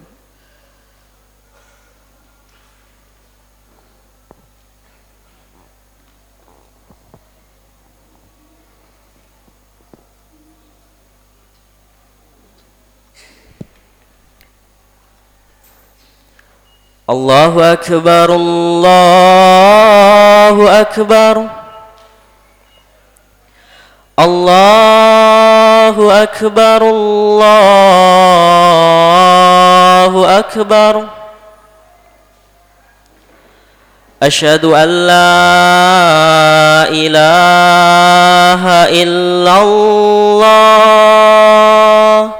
Allahu Akbar, Allahu Akbar, Allahu Akbar, Allahu Akbar. Asyhadu an la ilaha illallah.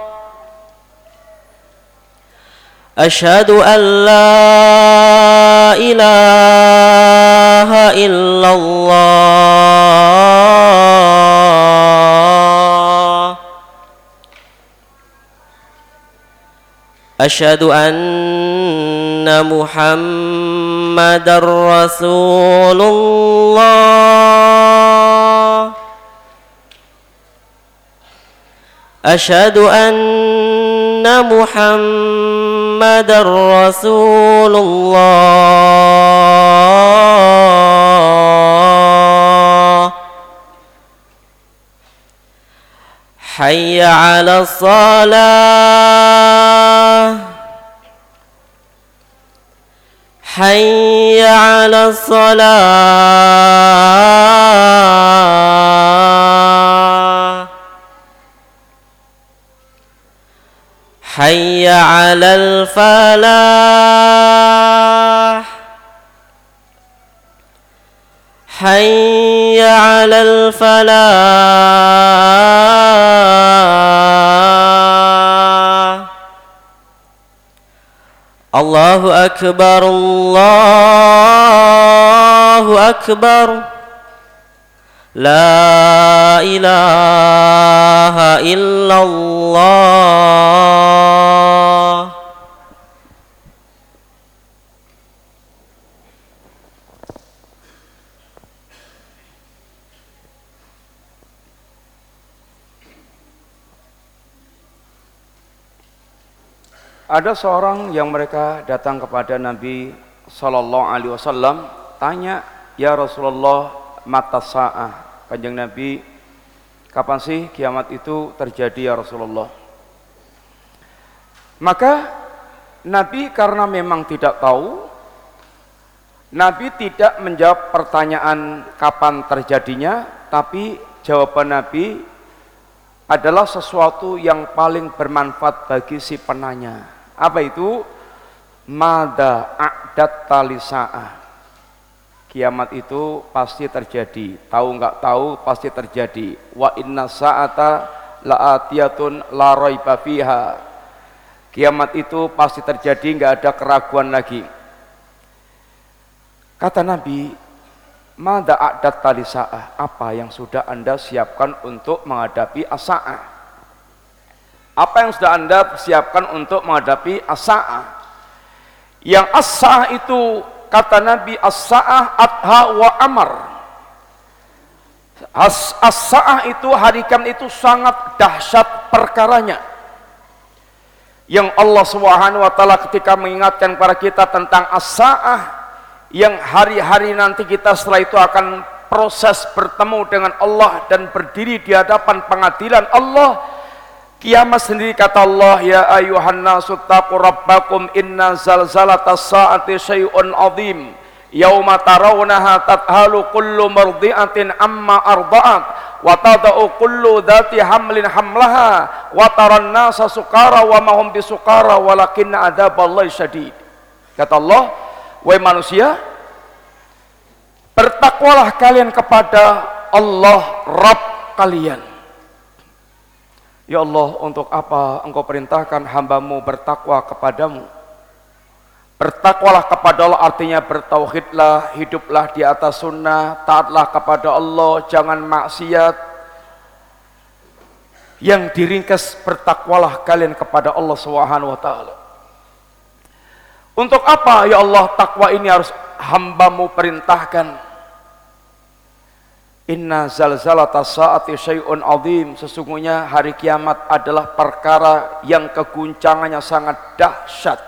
Asyhadu an la ilaha illallah. Asyhadu anna Muhammadar Rasulullah. Asyhadu anna Muhammadar Rasulullah. Hayya 'ala shalah. Hayya 'ala shalah. Hayya 'alal falah. Hayya 'alal falah. Allahu Akbar, Allahu Akbar. La ilaha illallah. Ada seorang yang mereka datang kepada Nabi Sallallahu Alaihi Wasallam, tanya, ya Rasulullah, mata sa'ah. Kanjeng Nabi, kapan sih kiamat itu terjadi ya Rasulullah? Maka Nabi karena memang tidak tahu, Nabi tidak menjawab pertanyaan kapan terjadinya, tapi jawaban Nabi adalah sesuatu yang paling bermanfaat bagi si penanya. Apa itu? Mada a'datta lisa'ah. Kiamat itu pasti terjadi. Tahu nggak tahu pasti terjadi. Wa inna sa'ata la'atiyatun la raiba fiha. Kiamat itu pasti terjadi, nggak ada keraguan lagi. Kata Nabi, mada a'datta lisa'ah. Apa yang sudah Anda siapkan untuk menghadapi as-sa'ah? Apa yang sudah Anda siapkan untuk menghadapi as-sa'ah? Yang as-sa'ah itu, kata Nabi, as-sa'ah adha wa amar. As-sa'ah itu, hari kiamat itu sangat dahsyat perkaranya, yang Allah Subhanahu wa taala ketika mengingatkan kepada kita tentang as-sa'ah, yang hari-hari nanti kita setelah itu akan proses bertemu dengan Allah dan berdiri di hadapan pengadilan Allah. Kiamat sendiri kata Allah, ya ayuhan nasu taqu rabbakum inna zalzalatas sa'ati syai'un azim yauma tarawunaha tadhalu kullu mardi'atin amma arda'at wa tada'u kullu dhati hamlin hamlaha wa taran nasa sukara wa ma hum bisukara walakinna adzaballahi syadid. Kata Allah, wahai manusia, bertakwalah kalian kepada Allah Rabb kalian. Ya Allah, untuk apa engkau perintahkan hambamu bertakwa kepadamu? Bertakwalah kepada Allah artinya bertauhidlah, hiduplah di atas sunnah, taatlah kepada Allah, jangan maksiat. Yang diringkas, bertakwalah kalian kepada Allah Subhanahu wa taala. Untuk apa ya Allah takwa ini harus hambamu perintahkan? Inna zalzalatas sa'ati syai'un azim, sesungguhnya hari kiamat adalah perkara yang keguncangannya sangat dahsyat.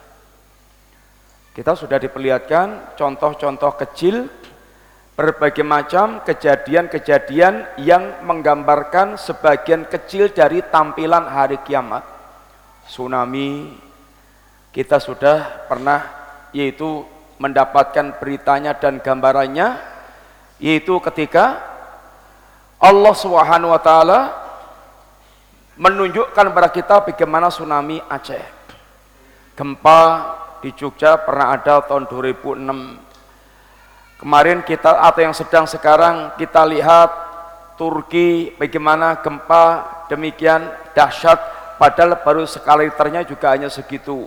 Kita sudah diperlihatkan contoh-contoh kecil berbagai macam kejadian-kejadian yang menggambarkan sebagian kecil dari tampilan hari kiamat. Tsunami kita sudah pernah yaitu mendapatkan beritanya dan gambarannya, yaitu ketika Allah Subhanahu wa taala menunjukkan kepada kita bagaimana tsunami Aceh. Gempa di Jogja pernah ada tahun dua ribu enam. Kemarin kita atau yang sedang sekarang kita lihat Turki bagaimana gempa demikian dahsyat, padahal baru skala Richternya juga hanya segitu.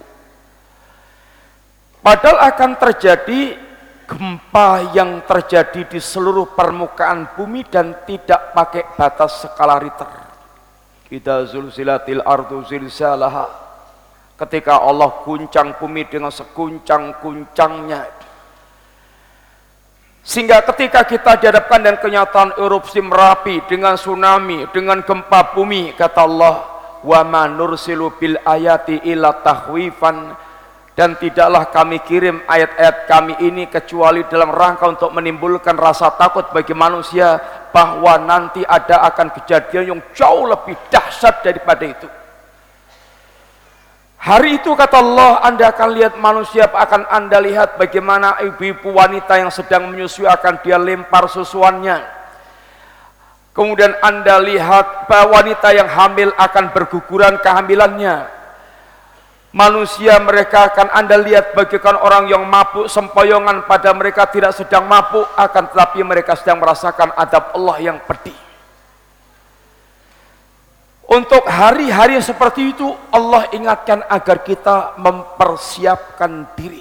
Padahal akan terjadi gempa yang terjadi di seluruh permukaan bumi dan tidak pakai batas skala Richter. Idza zulzilatil ardu zilzalaha, ketika Allah guncang bumi dengan seguncang-guncangnya, sehingga ketika kita dihadapkan dengan kenyataan erupsi Merapi dengan tsunami, dengan gempa bumi, kata Allah, wa ma nursilu bil ayati illa tahwifan, dan tidaklah kami kirim ayat-ayat kami ini kecuali dalam rangka untuk menimbulkan rasa takut bagi manusia bahwa nanti ada akan kejadian yang jauh lebih dahsyat daripada itu. Hari itu kata Allah, Anda akan lihat manusia, akan Anda lihat bagaimana ibu-ibu wanita yang sedang menyusui akan dia lempar susuannya. Kemudian Anda lihat bahwa wanita yang hamil akan berguguran kehamilannya. Manusia mereka akan Anda lihat bagaikan orang yang mabuk sempoyongan, pada mereka tidak sedang mabuk, akan tetapi mereka sedang merasakan adab Allah yang pedih. Untuk hari-hari seperti itu Allah ingatkan agar kita mempersiapkan diri.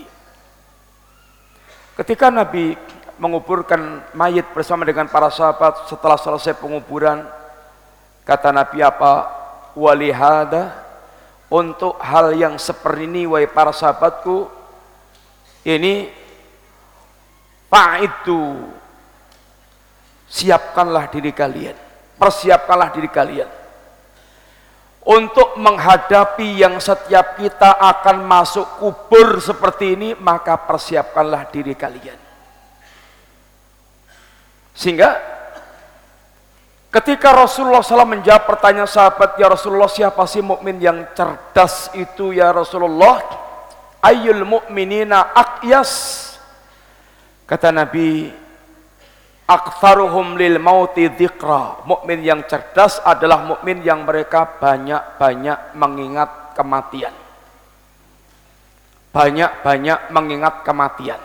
Ketika Nabi menguburkan mayit bersama dengan para sahabat, setelah selesai penguburan, kata Nabi apa? Walihada, untuk hal yang seperti ini wahai para sahabatku, ini fa'idu, siapkanlah diri kalian, persiapkanlah diri kalian untuk menghadapi yang setiap kita akan masuk kubur seperti ini, maka persiapkanlah diri kalian. Sehingga ketika Rasulullah shallallahu alaihi wasallam menjawab pertanyaan sahabat, ya Rasulullah, siapa sih mukmin yang cerdas itu ya Rasulullah? Ayyul mu'minina aqyas, kata Nabi, aktsaruhum lil mauti dzikra. Mukmin yang cerdas adalah mukmin yang mereka banyak-banyak mengingat kematian. Banyak-banyak mengingat kematian.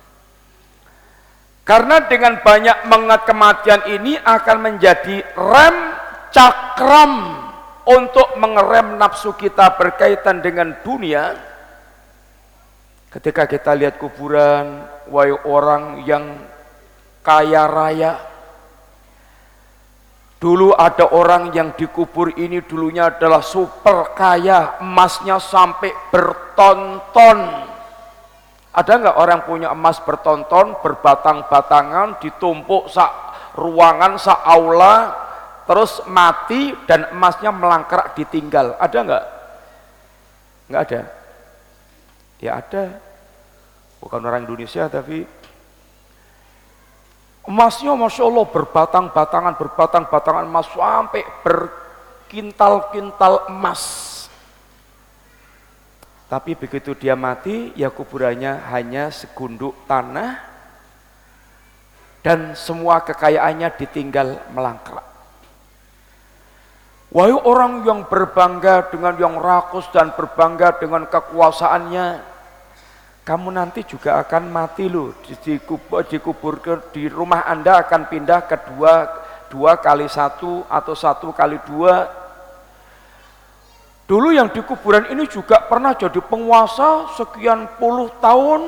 Karena dengan banyak mengingat kematian ini akan menjadi rem cakram untuk mengerem nafsu kita berkaitan dengan dunia. Ketika kita lihat kuburan, wahai orang yang kaya raya, dulu ada orang yang dikubur ini dulunya adalah super kaya, emasnya sampai bertonton. Ada nggak orang punya emas bertonton, berbatang-batangan, ditumpuk sak ruangan seaula, terus mati dan emasnya melangkrak ditinggal. Ada enggak? Enggak ada. Ya ada. Bukan orang Indonesia tapi emasnya Masya Allah berbatang-batangan, berbatang-batangan emas sampai berkintal-kintal emas. Tapi begitu dia mati, ya kuburannya hanya segunduk tanah dan semua kekayaannya ditinggal melangkrak. Wahai orang yang berbangga dengan yang rakus dan berbangga dengan kekuasaannya, kamu nanti juga akan mati loh, dikubur, dikubur ke, di rumah Anda akan pindah ke dua, dua kali satu atau satu kali dua. Dulu yang di kuburan ini juga pernah jadi penguasa sekian puluh tahun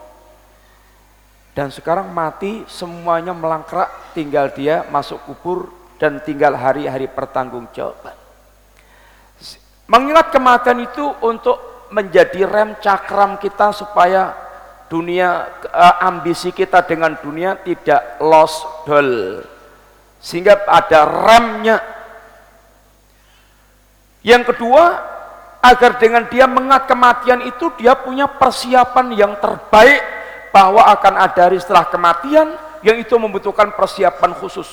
dan sekarang mati semuanya melangkrak, tinggal dia masuk kubur dan tinggal hari-hari pertanggungjawaban. Mengingat kematian itu untuk menjadi rem cakram kita supaya dunia, ambisi kita dengan dunia tidak lost doll, sehingga ada remnya. Yang kedua, agar dengan dia mengingat kematian itu dia punya persiapan yang terbaik bahwa akan ada hari setelah kematian yang itu membutuhkan persiapan khusus.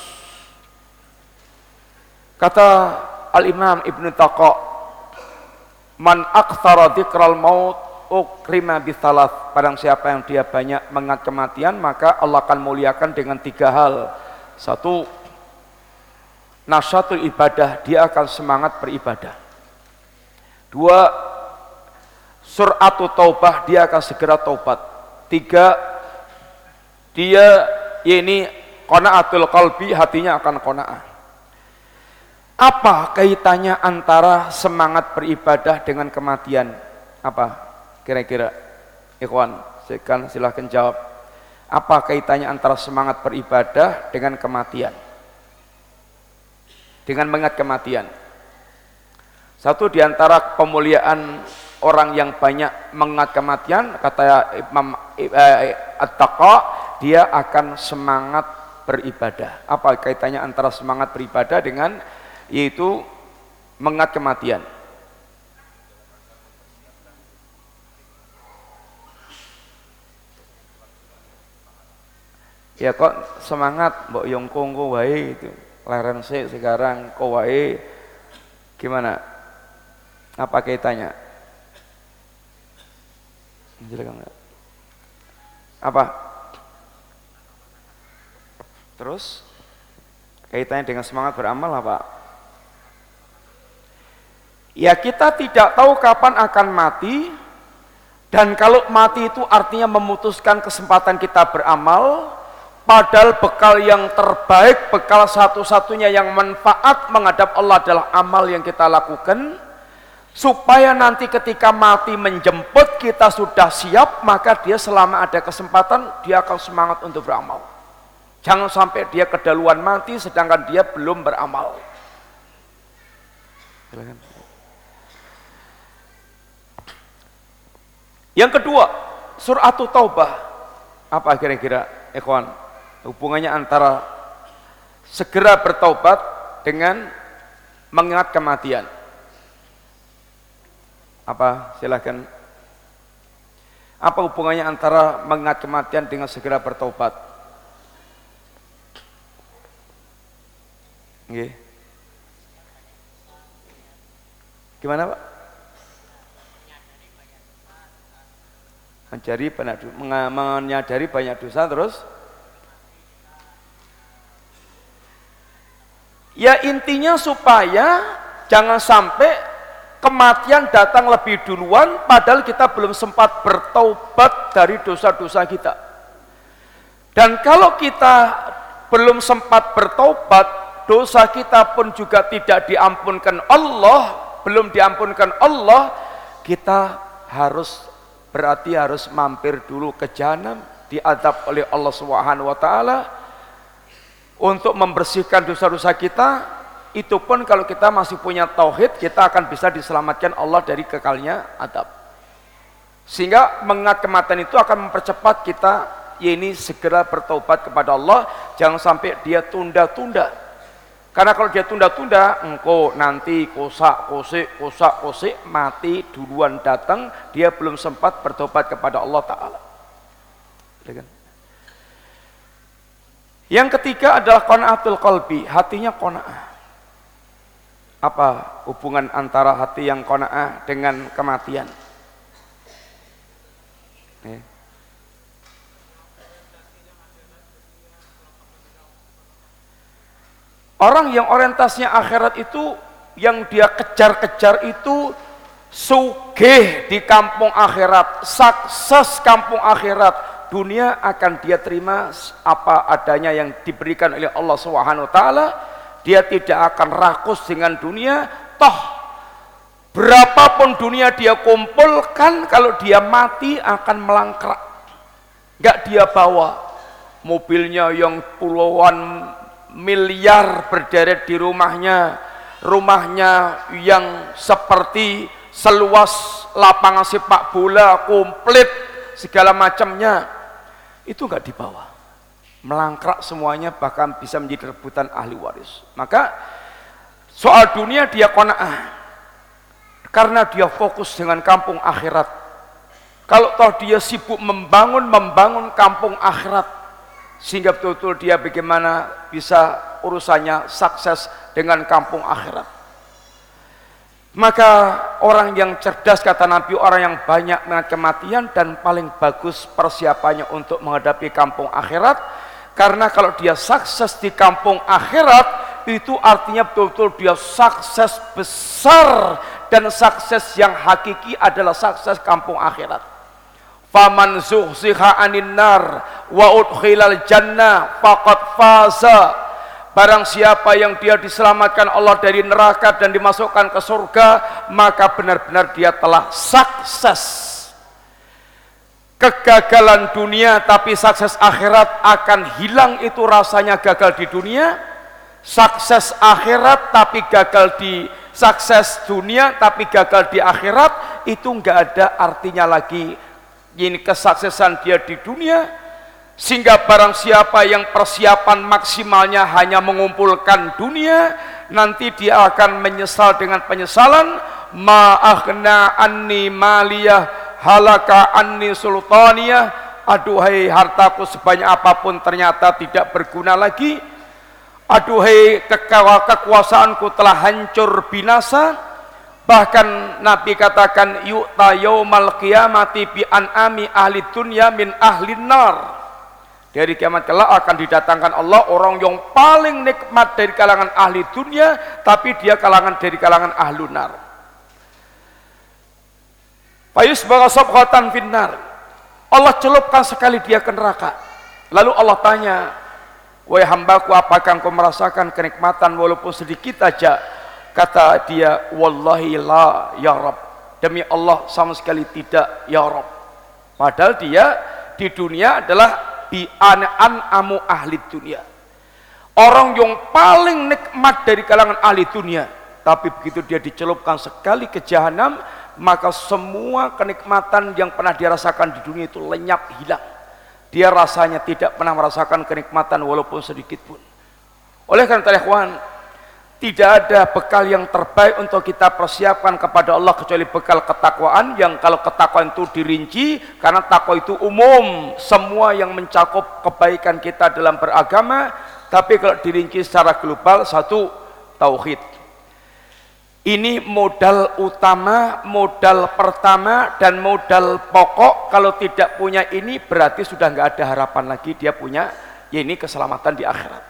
Kata Al-Imam Ibnu Taqa, man aktsara dzikral maut ukrima bitsalas. Barang siapa yang dia banyak mengingat kematian, maka Allah akan muliakan dengan tiga hal. Satu, nasyatul ibadah, dia akan semangat beribadah. Dua, sur'atu taubah, dia akan segera taubat. Tiga, dia ini qanaatul qalbi, hatinya akan qanaah. Apa kaitannya antara semangat beribadah dengan kematian? Apa kira-kira? Ikhwan, silahkan jawab. Apa kaitannya antara semangat beribadah dengan kematian? Dengan mengingat kematian. Satu diantara pemuliaan orang yang banyak mengingat kematian, kata Imam At-Taqa, dia akan semangat beribadah. Apa kaitannya antara semangat beribadah dengan yaitu mengingat kematian? Ya kok semangat mbok yongkong ko wae itu. Leren sik sekarang ko wae gimana? Apa kaitannya? Apa? Terus kaitannya dengan semangat beramal apa? Ya kita tidak tahu kapan akan mati, dan kalau mati itu artinya memutuskan kesempatan kita beramal, padahal bekal yang terbaik, bekal satu-satunya yang manfaat menghadap Allah adalah amal yang kita lakukan, supaya nanti ketika mati menjemput kita sudah siap, maka dia selama ada kesempatan dia akan semangat untuk beramal. Jangan sampai dia kedahuluan mati sedangkan dia belum beramal. Yang kedua, sur'atu taubah. Apa kira-kira, ikhwan? Hubungannya antara segera bertaubat dengan mengingat kematian. Apa? Silahkan. Apa hubungannya antara mengingat kematian dengan segera bertaubat? Nggih. Gimana, Pak? Mencari banyak dosa, menyadari banyak dosa, terus ya intinya supaya jangan sampai kematian datang lebih duluan padahal kita belum sempat bertaubat dari dosa-dosa kita. Dan kalau kita belum sempat bertaubat, dosa kita pun juga tidak diampunkan Allah, belum diampunkan Allah, kita harus berarti harus mampir dulu ke jahanam, diadab oleh Allah Subhanahu wa taala untuk membersihkan dosa-dosa kita. Itu pun kalau kita masih punya tauhid, kita akan bisa diselamatkan Allah dari kekalnya adab. Sehingga mengingat kematian itu akan mempercepat kita ya ini segera bertaubat kepada Allah. Jangan sampai dia tunda-tunda. Karena kalau dia tunda-tunda, engkau nanti kosak kosik kosak kosik mati duluan datang, dia belum sempat bertobat kepada Allah Ta'ala. Yang ketiga adalah qanaatul qalbi, hatinya qanaah. Apa hubungan antara hati yang qanaah dengan kematian? Eh. Orang yang orientasinya akhirat itu, yang dia kejar-kejar itu sugih di kampung akhirat, sukses kampung akhirat. Dunia akan dia terima apa adanya yang diberikan oleh Allah Subhanahu wa taala. Dia tidak akan rakus dengan dunia. Toh berapapun dunia dia kumpulkan, kalau dia mati akan melangkrak. Enggak dia bawa mobilnya yang puluhan miliar berderet di rumahnya, rumahnya yang seperti seluas lapangan sepak bola, komplit segala macamnya, itu enggak dibawa, melangkrak semuanya, bahkan bisa menjadi rebutan ahli waris. Maka soal dunia dia qanaah karena dia fokus dengan kampung akhirat. Kalau toh dia sibuk membangun membangun kampung akhirat, sehingga betul-betul dia bagaimana bisa urusannya sukses dengan kampung akhirat. Maka orang yang cerdas, kata Nabi, orang yang banyak mengingat kematian dan paling bagus persiapannya untuk menghadapi kampung akhirat. Karena kalau dia sukses di kampung akhirat, itu artinya betul-betul dia sukses besar, dan sukses yang hakiki adalah sukses kampung akhirat. Faman zuhziha anin nar wa udkhilal jannah faqad faza. Barang siapa yang dia diselamatkan Allah dari neraka dan dimasukkan ke surga, maka benar-benar dia telah sukses. Kegagalan dunia tapi sukses akhirat akan hilang, itu rasanya gagal di dunia. Sukses akhirat tapi gagal di sukses dunia tapi gagal di akhirat, itu enggak ada artinya lagi. Ini kesuksesan dia di dunia. Sehingga barang siapa yang persiapan maksimalnya hanya mengumpulkan dunia, nanti dia akan menyesal dengan penyesalan. Ma'akhna anni maliyah halaka anni sultaniyah. Aduhai hartaku sebanyak apapun ternyata tidak berguna lagi. Aduhai kekuasaanku telah hancur binasa. Bahkan Nabi katakan yu'ta yaumal qiyamati bi an'ami ahli dunya min ahli nar. Dari kiamat kelak akan didatangkan Allah orang yang paling nikmat dari kalangan ahli dunia, tapi dia kalangan dari kalangan ahlu nar. Fayusbagha sabghatan finnar. Allah celupkan sekali dia ke neraka. Lalu Allah tanya, wahai hambaku, apakah engkau merasakan kenikmatan walaupun sedikit saja? Kata dia, wallahi la ya Rabb, demi Allah sama sekali tidak ya Rabb. Padahal dia di dunia adalah bi an-amu ahli dunia, orang yang paling nikmat dari kalangan ahli dunia. Tapi begitu dia dicelupkan sekali ke jahanam, maka semua kenikmatan yang pernah dia rasakan di dunia itu lenyap, hilang. Dia rasanya tidak pernah merasakan kenikmatan walaupun sedikit pun. Oleh karena itu, ikhwan, tidak ada bekal yang terbaik untuk kita persiapkan kepada Allah kecuali bekal ketakwaan, yang kalau ketakwaan itu dirinci, karena takwa itu umum, semua yang mencakup kebaikan kita dalam beragama. Tapi kalau dirinci secara global, satu, tauhid. Ini modal utama, modal pertama dan modal pokok. Kalau tidak punya ini berarti sudah nggak ada harapan lagi dia punya, ya ini keselamatan di akhirat.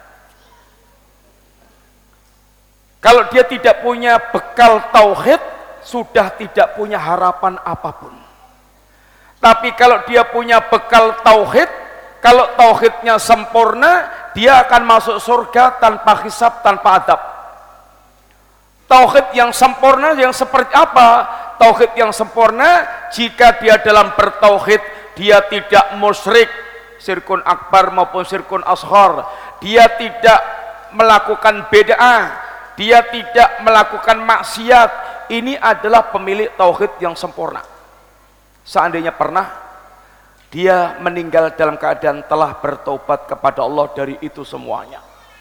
Kalau dia tidak punya bekal tauhid, sudah tidak punya harapan apapun. Tapi kalau dia punya bekal tauhid, kalau tauhidnya sempurna, dia akan masuk surga tanpa hisab, tanpa adab. Tauhid yang sempurna yang seperti apa? Tauhid yang sempurna jika dia dalam bertauhid, dia tidak musyrik, syirkun akbar maupun syirkun ashar. Dia tidak melakukan bid'ah, dia tidak melakukan maksiat. Ini adalah pemilik tauhid yang sempurna. Seandainya pernah dia meninggal dalam keadaan telah bertobat kepada Allah dari itu semuanya.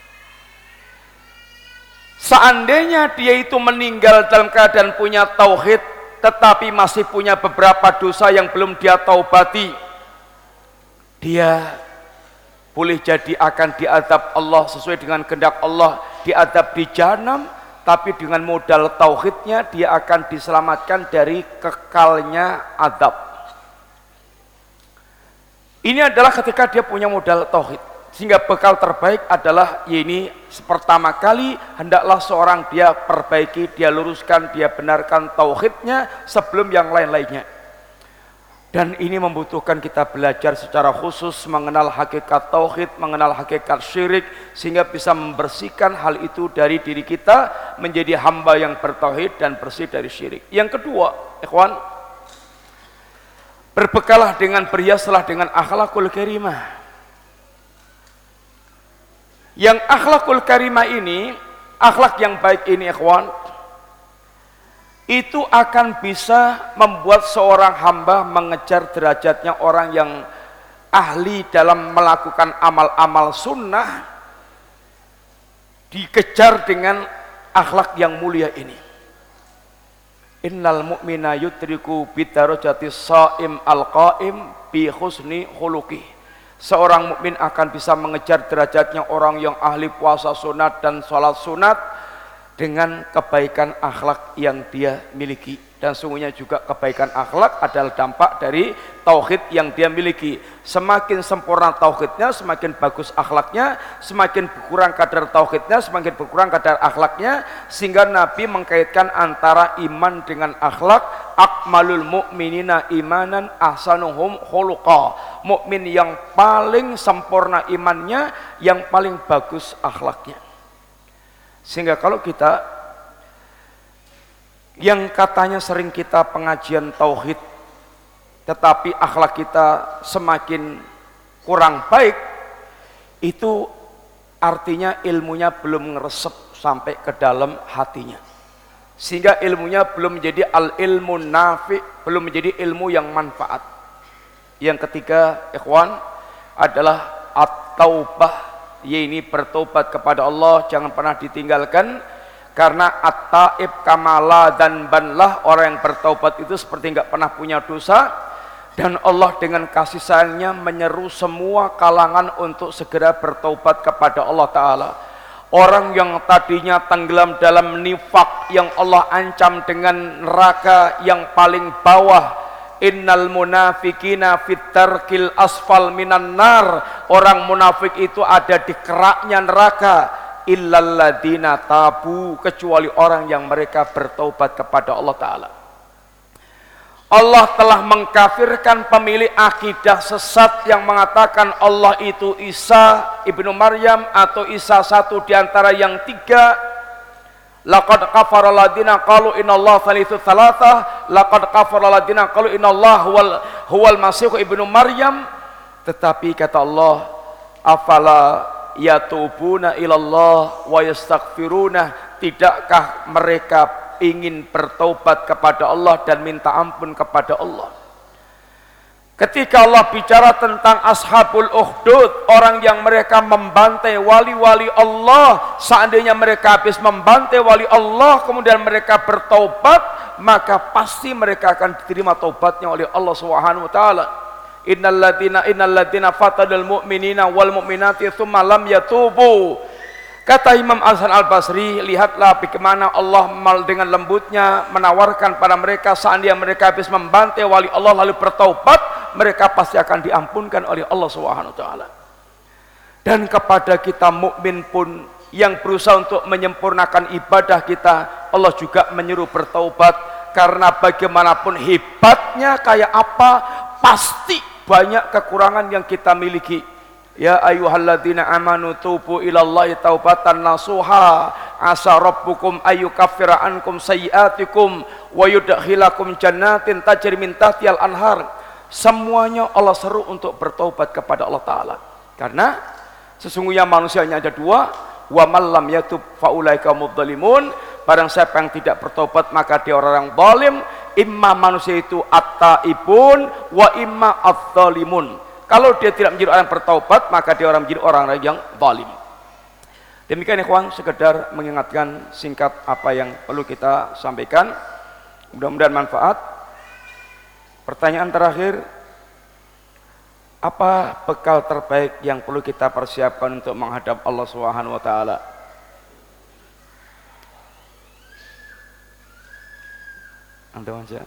Seandainya dia itu meninggal dalam keadaan punya tauhid, tetapi masih punya beberapa dosa yang belum dia taubati, dia boleh jadi akan diadab Allah sesuai dengan kehendak Allah, diadab di jahanam, tapi dengan modal tauhidnya dia akan diselamatkan dari kekalnya adab. Ini adalah ketika dia punya modal tauhid, sehingga bekal terbaik adalah ini pertama kali hendaklah seorang dia perbaiki, dia luruskan, dia benarkan tauhidnya sebelum yang lain-lainnya. Dan ini membutuhkan kita belajar secara khusus mengenal hakikat tauhid, mengenal hakikat syirik, sehingga bisa membersihkan hal itu dari diri kita menjadi hamba yang bertauhid dan bersih dari syirik. Yang kedua, ikhwan, berbekalah dengan berhiaslah dengan akhlakul karimah. Yang akhlakul karimah ini, akhlak yang baik ini ikhwan, itu akan bisa membuat seorang hamba mengejar derajatnya orang yang ahli dalam melakukan amal-amal sunnah, dikejar dengan akhlak yang mulia ini. Innal mu'mina yudriku bidarajati shaim al-qaim bi husni khuluqih. Seorang mukmin akan bisa mengejar derajatnya orang yang ahli puasa sunat dan sholat sunat dengan kebaikan akhlak yang dia miliki. Dan sungguhnya juga kebaikan akhlak adalah dampak dari tauhid yang dia miliki. Semakin sempurna tauhidnya, semakin bagus akhlaknya, semakin berkurang kadar tauhidnya, semakin berkurang kadar akhlaknya, sehingga Nabi mengkaitkan antara iman dengan akhlak. Akmalul mu'minina imanan ahsanuhum khuluqa. Mukmin yang paling sempurna imannya, yang paling bagus akhlaknya. Sehingga kalau kita yang katanya sering kita pengajian tauhid, tetapi akhlak kita semakin kurang baik, itu artinya ilmunya belum ngeresep sampai ke dalam hatinya, sehingga ilmunya belum menjadi al-ilmu nafi, belum menjadi ilmu yang manfaat. Yang ketiga, ikhwan, adalah at-taubah, yaitu bertobat kepada Allah, jangan pernah ditinggalkan. Karena at-taib kamala dan banlah, orang yang bertaubat itu seperti enggak pernah punya dosa. Dan Allah dengan kasih sayangnya menyeru semua kalangan untuk segera bertaubat kepada Allah Ta'ala. Orang yang tadinya tenggelam dalam nifak yang Allah ancam dengan neraka yang paling bawah, innal munafikina fit tarkil asfal minan nar, orang munafik itu ada di keraknya neraka. Illalladzina tabu, kecuali orang yang mereka bertaubat kepada Allah Ta'ala. Allah telah mengkafirkan pemilik akidah sesat yang mengatakan Allah itu Isa ibnu Maryam atau Isa satu diantara yang tiga. Laqad kafara alladzina qalu innallaha thalithu thalathah, laqad kafara alladzina qalu innallaha huwal huwal masih ibnu Maryam. Tetapi kata Allah, afala yatubuna ilallah wa yastaghfiruna, tidakkah mereka ingin bertaubat kepada Allah dan minta ampun kepada Allah. Ketika Allah bicara tentang ashabul ukhdud, orang yang mereka membantai wali-wali Allah, seandainya mereka habis membantai wali Allah kemudian mereka bertaubat, maka pasti mereka akan diterima taubatnya oleh Allah Subhanahu wa taala. Innalladzina innalladzina fatadul mu'minina wal mu'minati tsumma lam yatubu. Kata Imam Hasan Al-Basri, lihatlah bagaimana Allah dengan lembutnya menawarkan pada mereka, seandainya mereka habis membantai wali Allah lalu bertaubat, mereka pasti akan diampunkan oleh Allah Subhanahu wa taala. Dan kepada kita mukmin pun yang berusaha untuk menyempurnakan ibadah kita, Allah juga menyuruh bertaubat, karena bagaimanapun hebatnya kayak apa, pasti banyak kekurangan yang kita miliki. Ya ayyuhalladzina amanu tubu ilallahi taubatan nasuha asa rabbukum ayyukaffira ankum sayyiatikum wa yudkhilakum jannatin tajri min tahtihal anhar. Semuanya Allah seru untuk bertaubat kepada Allah Ta'ala, karena sesungguhnya manusianya ada dua. Wa man lam yatub faulaika mudzalimun, barang siapa yang tidak bertobat maka dia orang yang zalim. imma manusia itu at-taibun wa imma adz-dzalimun. Kalau dia tidak menjadi orang yang bertaubat, maka dia orang menjadi orang yang zalim. Demikian ikhwan, sekedar mengingatkan singkat apa yang perlu kita sampaikan. Mudah-mudahan manfaat. Pertanyaan terakhir, apa bekal terbaik yang perlu kita persiapkan untuk menghadap Allah Subhanahu wa taala? Anda aja.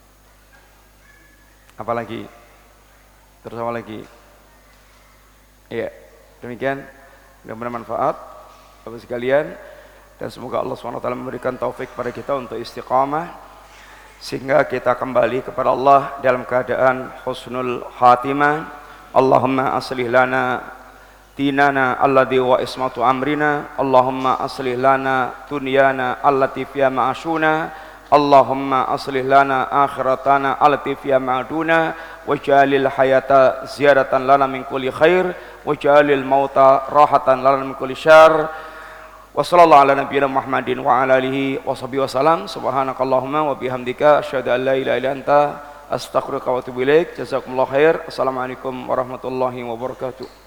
Apa lagi? Terus apa lagi? Iya, demikian. Mudah-mudahan manfaat Bapak sekalian, dan semoga Allah subhanahu wa taala memberikan taufik pada kita untuk istiqamah sehingga kita kembali kepada Allah dalam keadaan husnul khatimah. Allahumma aslih lana dinana alladhi wa ismatu amrina, Allahumma aslih lana dunyana allati fiha ma'ashuna, Allahumma aslih lana akhiratana allati fiha ma'aduna, waj'alil hayata ziyadatan lana min kulli khair, waj'alil mauta rahatan lana min kulli syarr. Wa sallallahu ala nabiyyina Muhammadin wa ala alihi wa sahbihi wasallam. Subhanakallahumma wa bihamdika asyhadu an la ilaha illa anta astaghfiruka wa atubu ilaik. Jazakumullahu khair. Assalamualaikum warahmatullahi wabarakatuh.